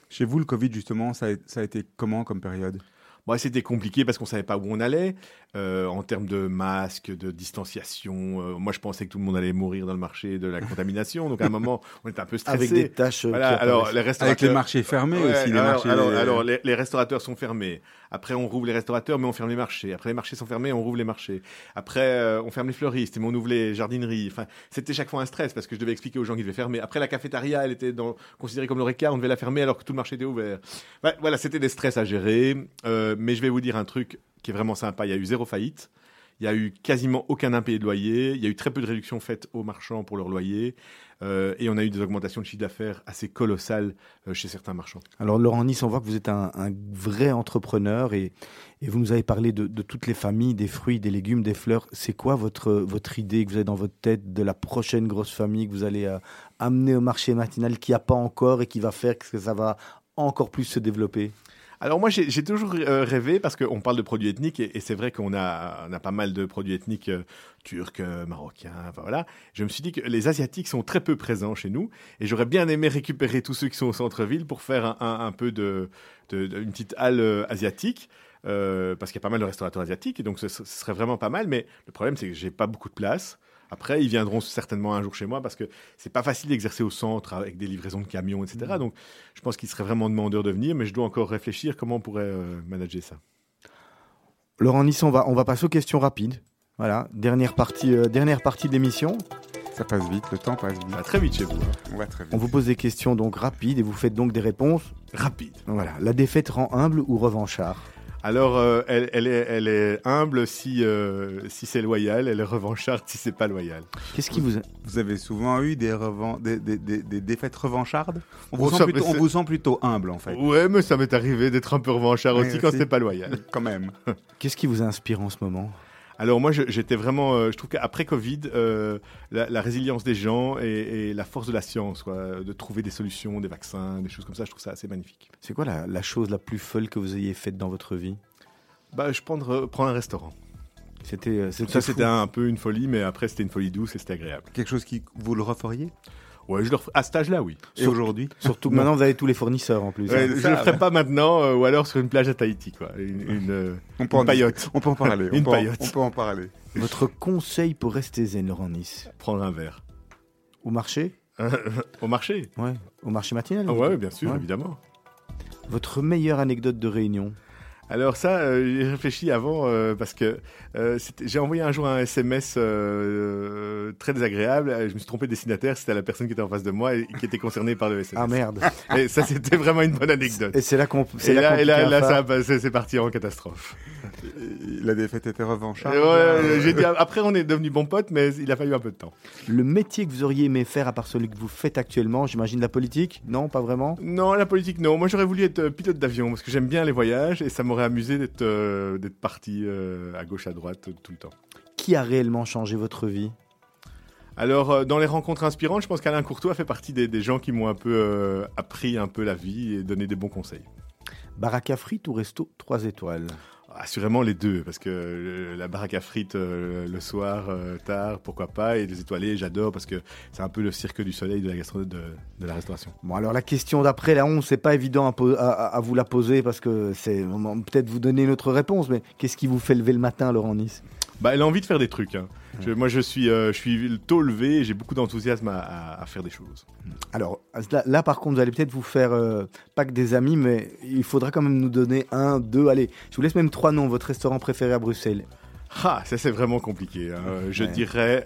Chez vous, le Covid, justement, ça a été comment comme période? Bon, c'était compliqué parce qu'on ne savait pas où on allait, en termes de masques, de distanciation. Moi, je pensais que tout le monde allait mourir dans le marché de la contamination. Donc, à un moment, on était un peu stressé. Avec des tâches. Voilà, alors, les restaurateurs... Avec les marchés fermés Ouais, aussi. les restaurateurs sont fermés. Après, on rouvre les restaurateurs, mais on ferme les marchés. Après, les marchés sont fermés, on rouvre les marchés. Après, on ferme les fleuristes, mais on ouvre les jardineries. Enfin, c'était chaque fois un stress parce que je devais expliquer aux gens qu'ils devaient fermer. Après, la cafétéria, elle était considérée comme l'Oreca, on devait la fermer alors que tout le marché était ouvert. Ouais, voilà, c'était des stress à gérer. Mais je vais vous dire un truc qui est vraiment sympa. Il y a eu 0 faillite. Il y a eu quasiment aucun impayé de loyer. Il y a eu très peu de réductions faites aux marchands pour leur loyer. Et on a eu des augmentations de chiffre d'affaires assez colossales chez certains marchands. Alors Laurent Nice, on voit que vous êtes un vrai entrepreneur et vous nous avez parlé de toutes les familles, des fruits, des légumes, des fleurs. C'est quoi votre idée que vous avez dans votre tête de la prochaine grosse famille que vous allez amener au marché matinal qu'il n'y a pas encore et qui va faire que ça va encore plus se développer? Alors moi, j'ai toujours rêvé, parce qu'on parle de produits ethniques, et c'est vrai qu'on a pas mal de produits ethniques turcs, marocains, enfin voilà. Je me suis dit que les Asiatiques sont très peu présents chez nous, et j'aurais bien aimé récupérer tous ceux qui sont au centre-ville pour faire un peu une petite halle asiatique, parce qu'il y a pas mal de restaurateurs asiatiques, et donc ce serait vraiment pas mal, mais le problème, c'est que j'ai pas beaucoup de place. Après, ils viendront certainement un jour chez moi parce que c'est pas facile d'exercer au centre avec des livraisons de camions, etc. Donc, je pense qu'ils seraient vraiment demandeurs de venir, mais je dois encore réfléchir comment on pourrait manager ça. Laurent Nice, on va passer aux questions rapides. Voilà, dernière partie de l'émission. Ça passe vite, le temps passe vite. Ça va très vite chez vous. Hein. On va très vite. On vous pose des questions donc rapides et vous faites donc des réponses rapides. Voilà, la défaite rend humble ou revanchard? Alors, elle est humble si c'est loyal, elle est revancharde si c'est pas loyal. Qu'est-ce qui vous... Vous avez souvent eu des défaites revanchardes? On Oh, vous sent plutôt humble, en fait. Ouais, mais ça m'est arrivé d'être un peu revanchard aussi quand c'était pas loyal. Quand même. Qu'est-ce qui vous inspire en ce moment? Alors moi, j'étais vraiment... je trouve qu'après Covid, la résilience des gens et la force de la science, quoi, de trouver des solutions, des vaccins, des choses comme ça, je trouve ça assez magnifique. C'est quoi la chose la plus folle que vous ayez faite dans votre vie? Je prends un restaurant. C'était C'était un peu une folie, mais après, c'était une folie douce et c'était agréable. Quelque chose qui vous le referiez? Ouais, à cet âge-là, oui. Et aujourd'hui? Surtout que maintenant, vous avez tous les fournisseurs en plus. Ouais, je le ferai pas maintenant, ou alors sur une plage à Tahiti, quoi. Une paillote. On peut en parler. Une paillote. On peut en parler. Votre conseil pour rester zen, Laurent Nice? Prendre un verre. Au marché? Au marché? Ouais, au marché matinal. Ouais, bien sûr, Ouais. évidemment. Votre meilleure anecdote de réunion? Alors ça, j'ai réfléchi avant parce que j'ai envoyé un jour un SMS très désagréable. Je me suis trompé de destinataire, c'était la personne qui était en face de moi et qui était concernée par le SMS. Ah merde. Et ça, c'était vraiment une bonne anecdote. Et c'est là qu'on... Et là, c'est parti en catastrophe. La défaite était revancharde. J'ai dit, après, on est devenus bons potes, mais il a fallu un peu de temps. Le métier que vous auriez aimé faire à part celui que vous faites actuellement, j'imagine la politique? Non, pas vraiment? Non, la politique, non. Moi, j'aurais voulu être pilote d'avion parce que j'aime bien les voyages et ça m'aurait amusé d'être parti à gauche, à droite tout le temps. Qui a réellement changé votre vie? Alors, dans les rencontres inspirantes, je pense qu'Alain Courtois fait partie des gens qui m'ont un peu appris un peu la vie et donné des bons conseils. Baraque à frites ou resto 3 étoiles? Assurément les deux, parce que la baraque à frites le soir, tard, pourquoi pas, et les étoilés, j'adore, parce que c'est un peu le cirque du soleil de la gastronomie, de la restauration. Bon, alors la question d'après, la 11, c'est pas évident à vous la poser, parce que c'est peut-être vous donner une autre réponse, mais qu'est-ce qui vous fait lever le matin, Laurent Nice? Elle a envie de faire des trucs. Hein. Moi, je suis tôt levé et j'ai beaucoup d'enthousiasme à faire des choses. Alors là, par contre, vous allez peut-être vous faire pas que des amis, mais il faudra quand même nous donner 1, 2, allez, je vous laisse même 3 noms, votre restaurant préféré à Bruxelles. Ça c'est vraiment compliqué. Hein. Je dirais...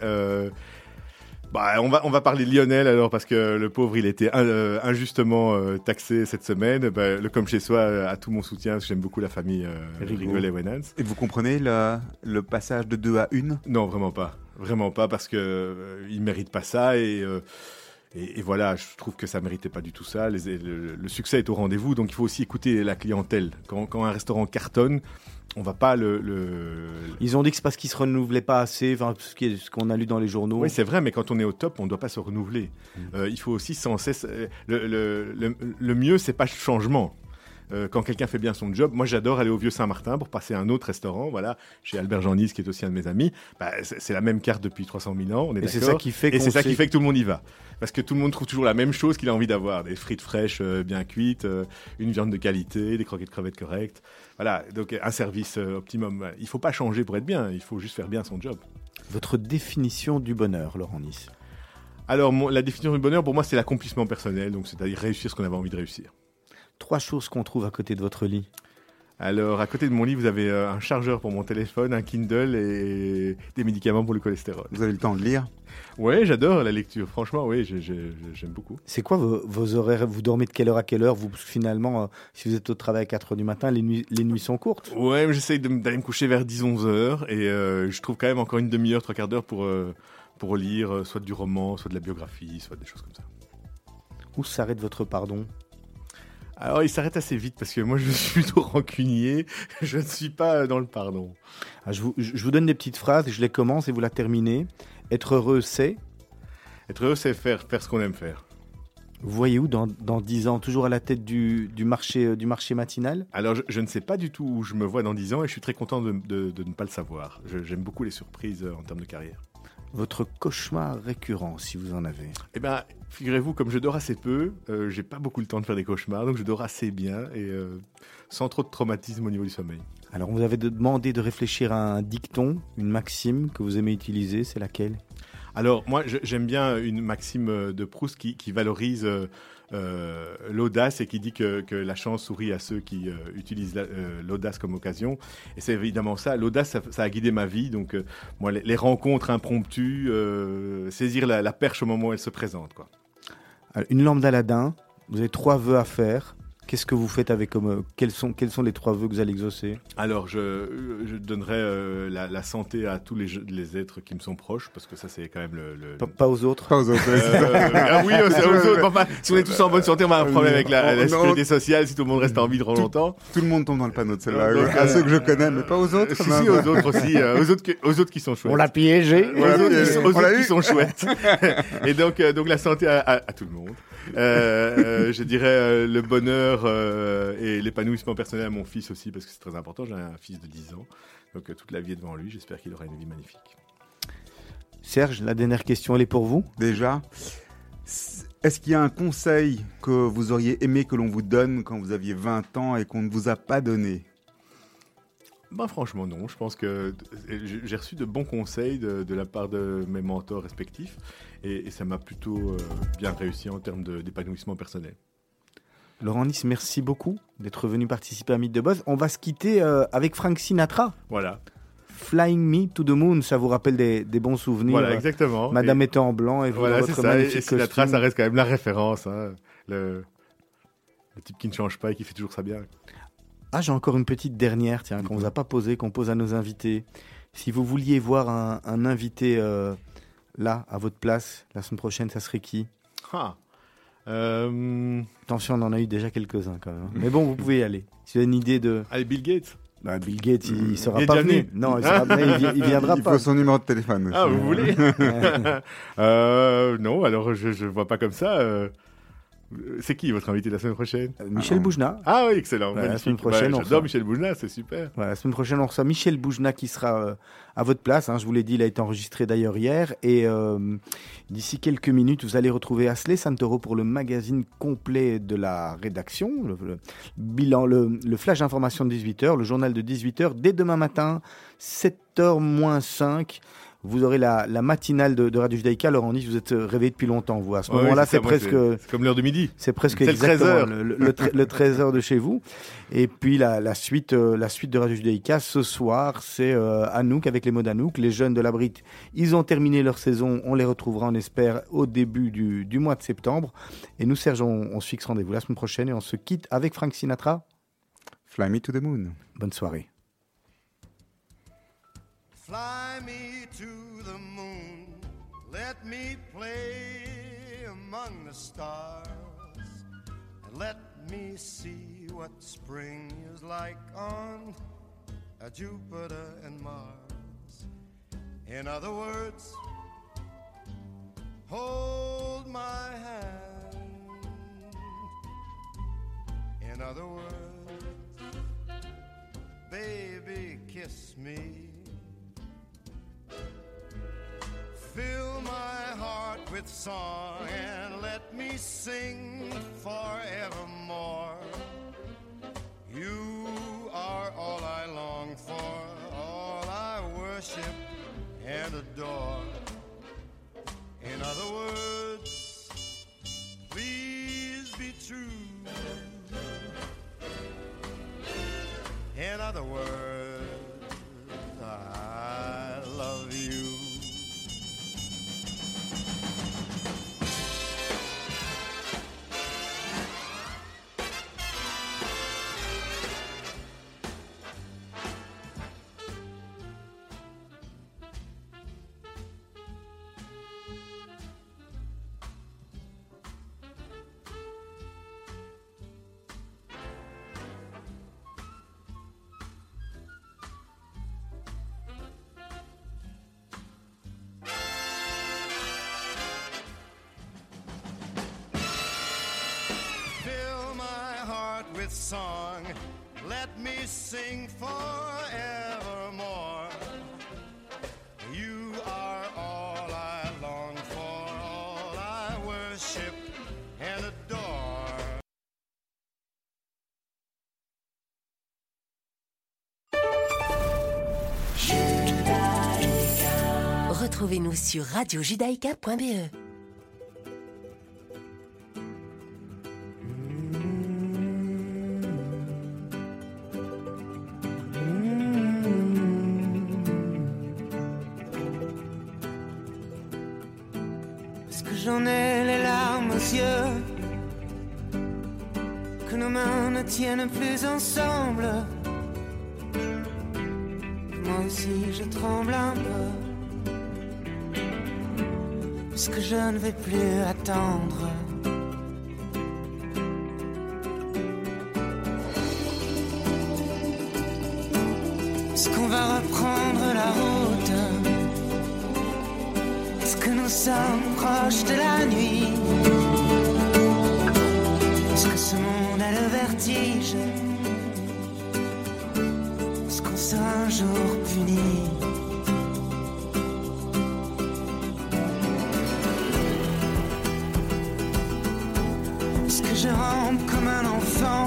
on va parler de Lionel alors, parce que le pauvre, il était injustement taxé cette semaine. Le Comme Chez Soi a tout mon soutien, parce que j'aime beaucoup la famille Rigol et Wenans. Et vous comprenez le passage de 2 à 1? Non, vraiment pas. Vraiment pas, parce que il mérite pas ça et voilà, je trouve que ça méritait pas du tout ça. Le succès est au rendez-vous, donc il faut aussi écouter la clientèle. Quand un restaurant cartonne, on va pas Ils ont dit que c'est parce qu'ils se renouvelaient pas assez, enfin, ce qu'on a lu dans les journaux. Oui, c'est vrai, mais quand on est au top, on ne doit pas se renouveler. Il faut aussi sans cesse... Le mieux, c'est pas le changement. quand quelqu'un fait bien son job, moi j'adore aller au Vieux Saint-Martin pour passer à un autre restaurant, voilà, chez Albert Jean-Nice, qui est aussi un de mes amis. C'est la même carte depuis 300 000 ans, on est Et d'accord. c'est ça qui fait Et qu'on c'est ça sait- qui fait que tout le monde y va. Parce que tout le monde trouve toujours la même chose qu'il a envie d'avoir. Des frites fraîches bien cuites, une viande de qualité, des croquettes crevettes correctes. Voilà, donc un service optimum. Il ne faut pas changer pour être bien, il faut juste faire bien son job. Votre définition du bonheur, Laurent Nice. Alors, la définition du bonheur, pour moi, c'est l'accomplissement personnel, donc c'est-à-dire réussir ce qu'on avait envie de réussir. 3 choses qu'on trouve à côté de votre lit. Alors, à côté de mon lit, vous avez un chargeur pour mon téléphone, un Kindle et des médicaments pour le cholestérol. Vous avez le temps de lire? Ouais, j'adore la lecture. Franchement, oui, j'aime beaucoup. C'est quoi vos horaires? Vous dormez de quelle heure à quelle heure? Vous, finalement, si vous êtes au travail à 4 heures du matin, les nuits sont courtes. Ouais, mais j'essaye d'aller me coucher vers 10-11 heures et je trouve quand même encore une demi-heure, 3/4 d'heure pour lire soit du roman, soit de la biographie, soit des choses comme ça. Où s'arrête votre pardon? Alors, il s'arrête assez vite parce que moi, je suis plutôt rancunier. Je ne suis pas dans le pardon. Je vous donne des petites phrases, je les commence et vous la terminez. Être heureux, c'est... Être heureux, c'est faire ce qu'on aime faire. Vous voyez où dans 10 ans? Toujours à la tête du marché matinal? Alors, je ne sais pas du tout où je me vois dans 10 ans et je suis très content de ne pas le savoir. J'aime beaucoup les surprises en termes de carrière. Votre cauchemar récurrent, si vous en avez? Eh bien, figurez-vous, comme je dors assez peu, j'ai pas beaucoup le temps de faire des cauchemars, donc je dors assez bien et sans trop de traumatisme au niveau du sommeil. Alors, on vous avait demandé de réfléchir à un dicton, une maxime que vous aimez utiliser, c'est laquelle? Alors, moi, j'aime bien une maxime de Proust qui valorise l'audace et qui dit que la chance sourit à ceux qui utilisent l'audace comme occasion. Et c'est évidemment ça. L'audace, ça a guidé ma vie. Donc, moi, les rencontres impromptues, saisir la perche au moment où elle se présente, quoi. Alors, une lampe d'Aladin, vous avez 3 vœux à faire. Qu'est-ce que vous faites avec quels sont les 3 vœux que vous allez exaucer? Alors, je donnerai la santé à tous les êtres qui me sont proches, parce que ça, c'est quand même Pas aux autres? Pas aux autres. Ah oui, c'est aux autres. Enfin, si on est tous en bonne santé, on a un problème avec la Non. sécurité sociale, si tout le monde reste en vie trop longtemps. Tout le monde tombe dans le panneau de celle-là. Donc, À ceux que je connais, mais pas aux autres. Si, quand si, même. aux autres aussi. aux autres qui sont chouettes. On l'a piégé. Aux autres On l'a qui eu. sont chouettes. Et donc la santé à tout le monde. Je dirais le bonheur et l'épanouissement personnel à mon fils aussi, parce que c'est très important. J'ai un fils de 10 ans, donc toute la vie est devant lui. J'espère qu'il aura une vie magnifique. Serge, la dernière question, elle est pour vous. Déjà, est-ce qu'il y a un conseil que vous auriez aimé que l'on vous donne quand vous aviez 20 ans et qu'on ne vous a pas donné? Ben, franchement, non. Je pense que j'ai reçu de bons conseils de la part de mes mentors respectifs et ça m'a plutôt bien réussi en termes d'épanouissement personnel. Laurent Nice, merci beaucoup d'être venu participer à Mythe de Boss. On va se quitter avec Frank Sinatra. Voilà. Flying Me to the Moon, ça vous rappelle des bons souvenirs. Voilà, exactement. Madame était en blanc et vous Voilà, dans c'est votre ça. magnifique Et Sinatra, costume. ça reste quand même la référence. Hein. Le type qui ne change pas et qui fait toujours ça bien. Ah, j'ai encore une petite dernière, tiens, qu'on vous a pas posée, qu'on pose à nos invités. Si vous vouliez voir un invité là, à votre place, la semaine prochaine, ça serait qui? Ah. Attention, on en a eu déjà quelques-uns quand même. Mais bon, vous pouvez y aller. Si vous avez une idée de... Allez, Bill Gates. Bah, Bill Gates, il sera Il est pas déjà venu. venu. Non, il viendra Il pas. faut son numéro de téléphone. Ah, vous voulez Non, alors je vois pas comme ça. C'est qui votre invité la semaine prochaine? Michel Boujna. Ah oui, excellent. Ouais, la magnifique. semaine prochaine, on j'adore fera- Michel Boujna, c'est super. Voilà, la semaine prochaine, on reçoit Michel Boujna qui sera à votre place. Hein, je vous l'ai dit, il a été enregistré d'ailleurs hier. Et d'ici quelques minutes, vous allez retrouver Asley Santoro pour le magazine complet de la rédaction, le bilan, le flash d'information de 18h, le journal de 18h. Dès demain matin, 7h moins 5. Vous aurez la matinale de Radio Judaïka. Laurent Nice, vous êtes réveillé depuis longtemps, vous. À ce Ouais, moment-là, ça, c'est moi, presque... C'est comme l'heure de midi. C'est presque C'est le exactement 13h. le 13h de chez vous. Et puis la suite de Radio Judaïka, ce soir, c'est Anouk avec les mots d'Anouk. Les jeunes de la Brit, ils ont terminé leur saison. On les retrouvera, on espère, au début du mois de septembre. Et nous, Serge, on se fixe rendez-vous la semaine prochaine et on se quitte avec Frank Sinatra. Fly me to the moon. Bonne soirée. Fly me to the moon, let me play among the stars, and let me see what spring is like on Jupiter and Mars. In other words, hold my hand. In other words, Baby, kiss me. Fill my heart with song and let me sing forevermore. You are all I long for, all I worship and adore. In other words, please be true. In other words, I love you. Song, let me sing forevermore. You are all I long for, all I worship and adore. Retrouvez-nous sur radiojudaïka.be. J'en ai les larmes aux yeux, que nos mains ne tiennent plus ensemble. Moi aussi je tremble un peu, puisque je ne vais plus attendre. Puisqu'on va reprendre la route, que nous sommes proches de la nuit, parce que ce monde a le vertige, parce qu'on sera un jour puni. Parce que je rampe comme un enfant,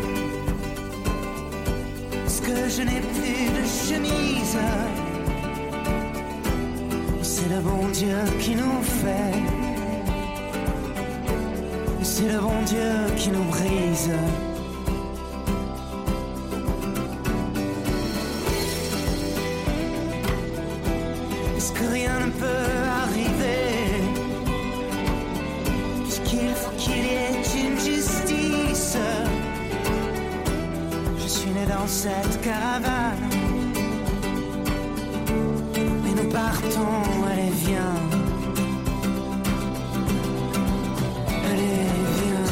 parce que je n'ai plus de chemise. C'est le bon Dieu qui nous fait, c'est le bon Dieu qui nous brise. Est-ce que rien ne peut arriver, puisqu'il faut qu'il y ait une justice. Je suis né dans cette caravane, mais nous partons. Allez viens, allez viens.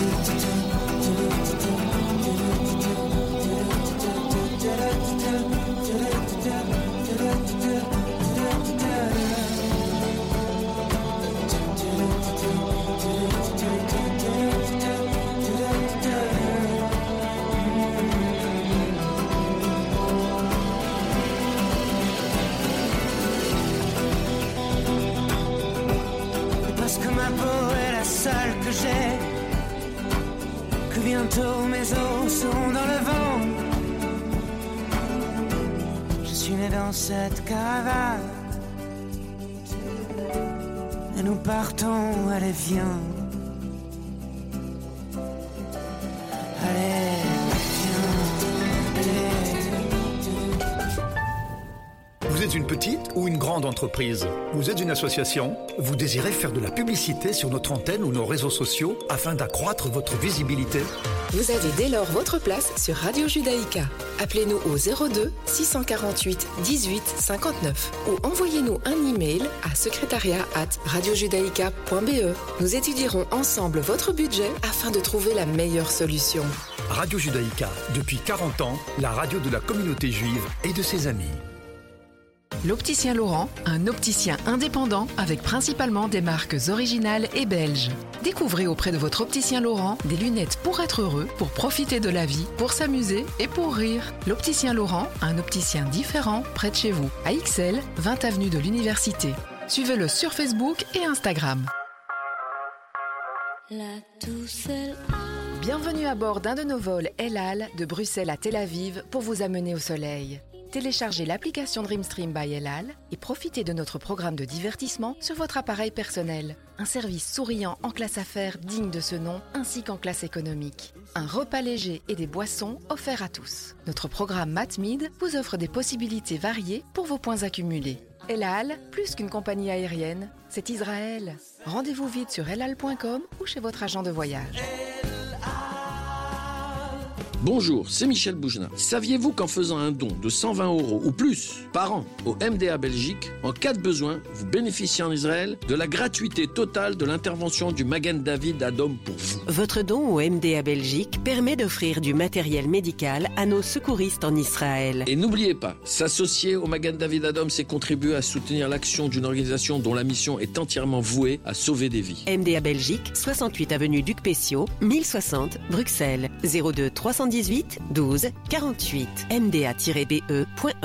Que j'ai, que bientôt mes os seront dans le vent. Je suis né dans cette caravane, et nous partons, allez viens. Allez viens, Vous êtes une petite ou une grande entreprise? Vous êtes une association? Vous désirez faire de la publicité sur notre antenne ou nos réseaux sociaux afin d'accroître votre visibilité? Vous avez dès lors votre place sur Radio Judaïka. Appelez-nous au 02 648 18 59 ou envoyez-nous un email à secrétariat@radiojudaïka.be. Nous étudierons ensemble votre budget afin de trouver la meilleure solution. Radio Judaïka, depuis 40 ans, la radio de la communauté juive et de ses amis. L'Opticien Laurent, un opticien indépendant avec principalement des marques originales et belges. Découvrez auprès de votre opticien Laurent des lunettes pour être heureux, pour profiter de la vie, pour s'amuser et pour rire. L'Opticien Laurent, un opticien différent près de chez vous. À Ixelles, 20 avenue de l'Université. Suivez-le sur Facebook et Instagram. Bienvenue à bord d'un de nos vols El Al de Bruxelles à Tel Aviv pour vous amener au soleil. Téléchargez l'application Dreamstream by El Al et profitez de notre programme de divertissement sur votre appareil personnel. Un service souriant en classe affaires digne de ce nom, ainsi qu'en classe économique. Un repas léger et des boissons offerts à tous. Notre programme Matmid vous offre des possibilités variées pour vos points accumulés. El Al, plus qu'une compagnie aérienne, c'est Israël. Rendez-vous vite sur elal.com ou chez votre agent de voyage. Bonjour, c'est Michel Boujna. Saviez-vous qu'en faisant un don de 120 € ou plus par an au MDA Belgique, en cas de besoin, vous bénéficiez en Israël de la gratuité totale de l'intervention du Magen David Adom pour vous. Votre don au MDA Belgique permet d'offrir du matériel médical à nos secouristes en Israël. Et n'oubliez pas, s'associer au Magen David Adom, c'est contribuer à soutenir l'action d'une organisation dont la mission est entièrement vouée à sauver des vies. MDA Belgique, 68 avenue Duc Pessiot, 1060 Bruxelles, 02 318 12 48 mda-be.e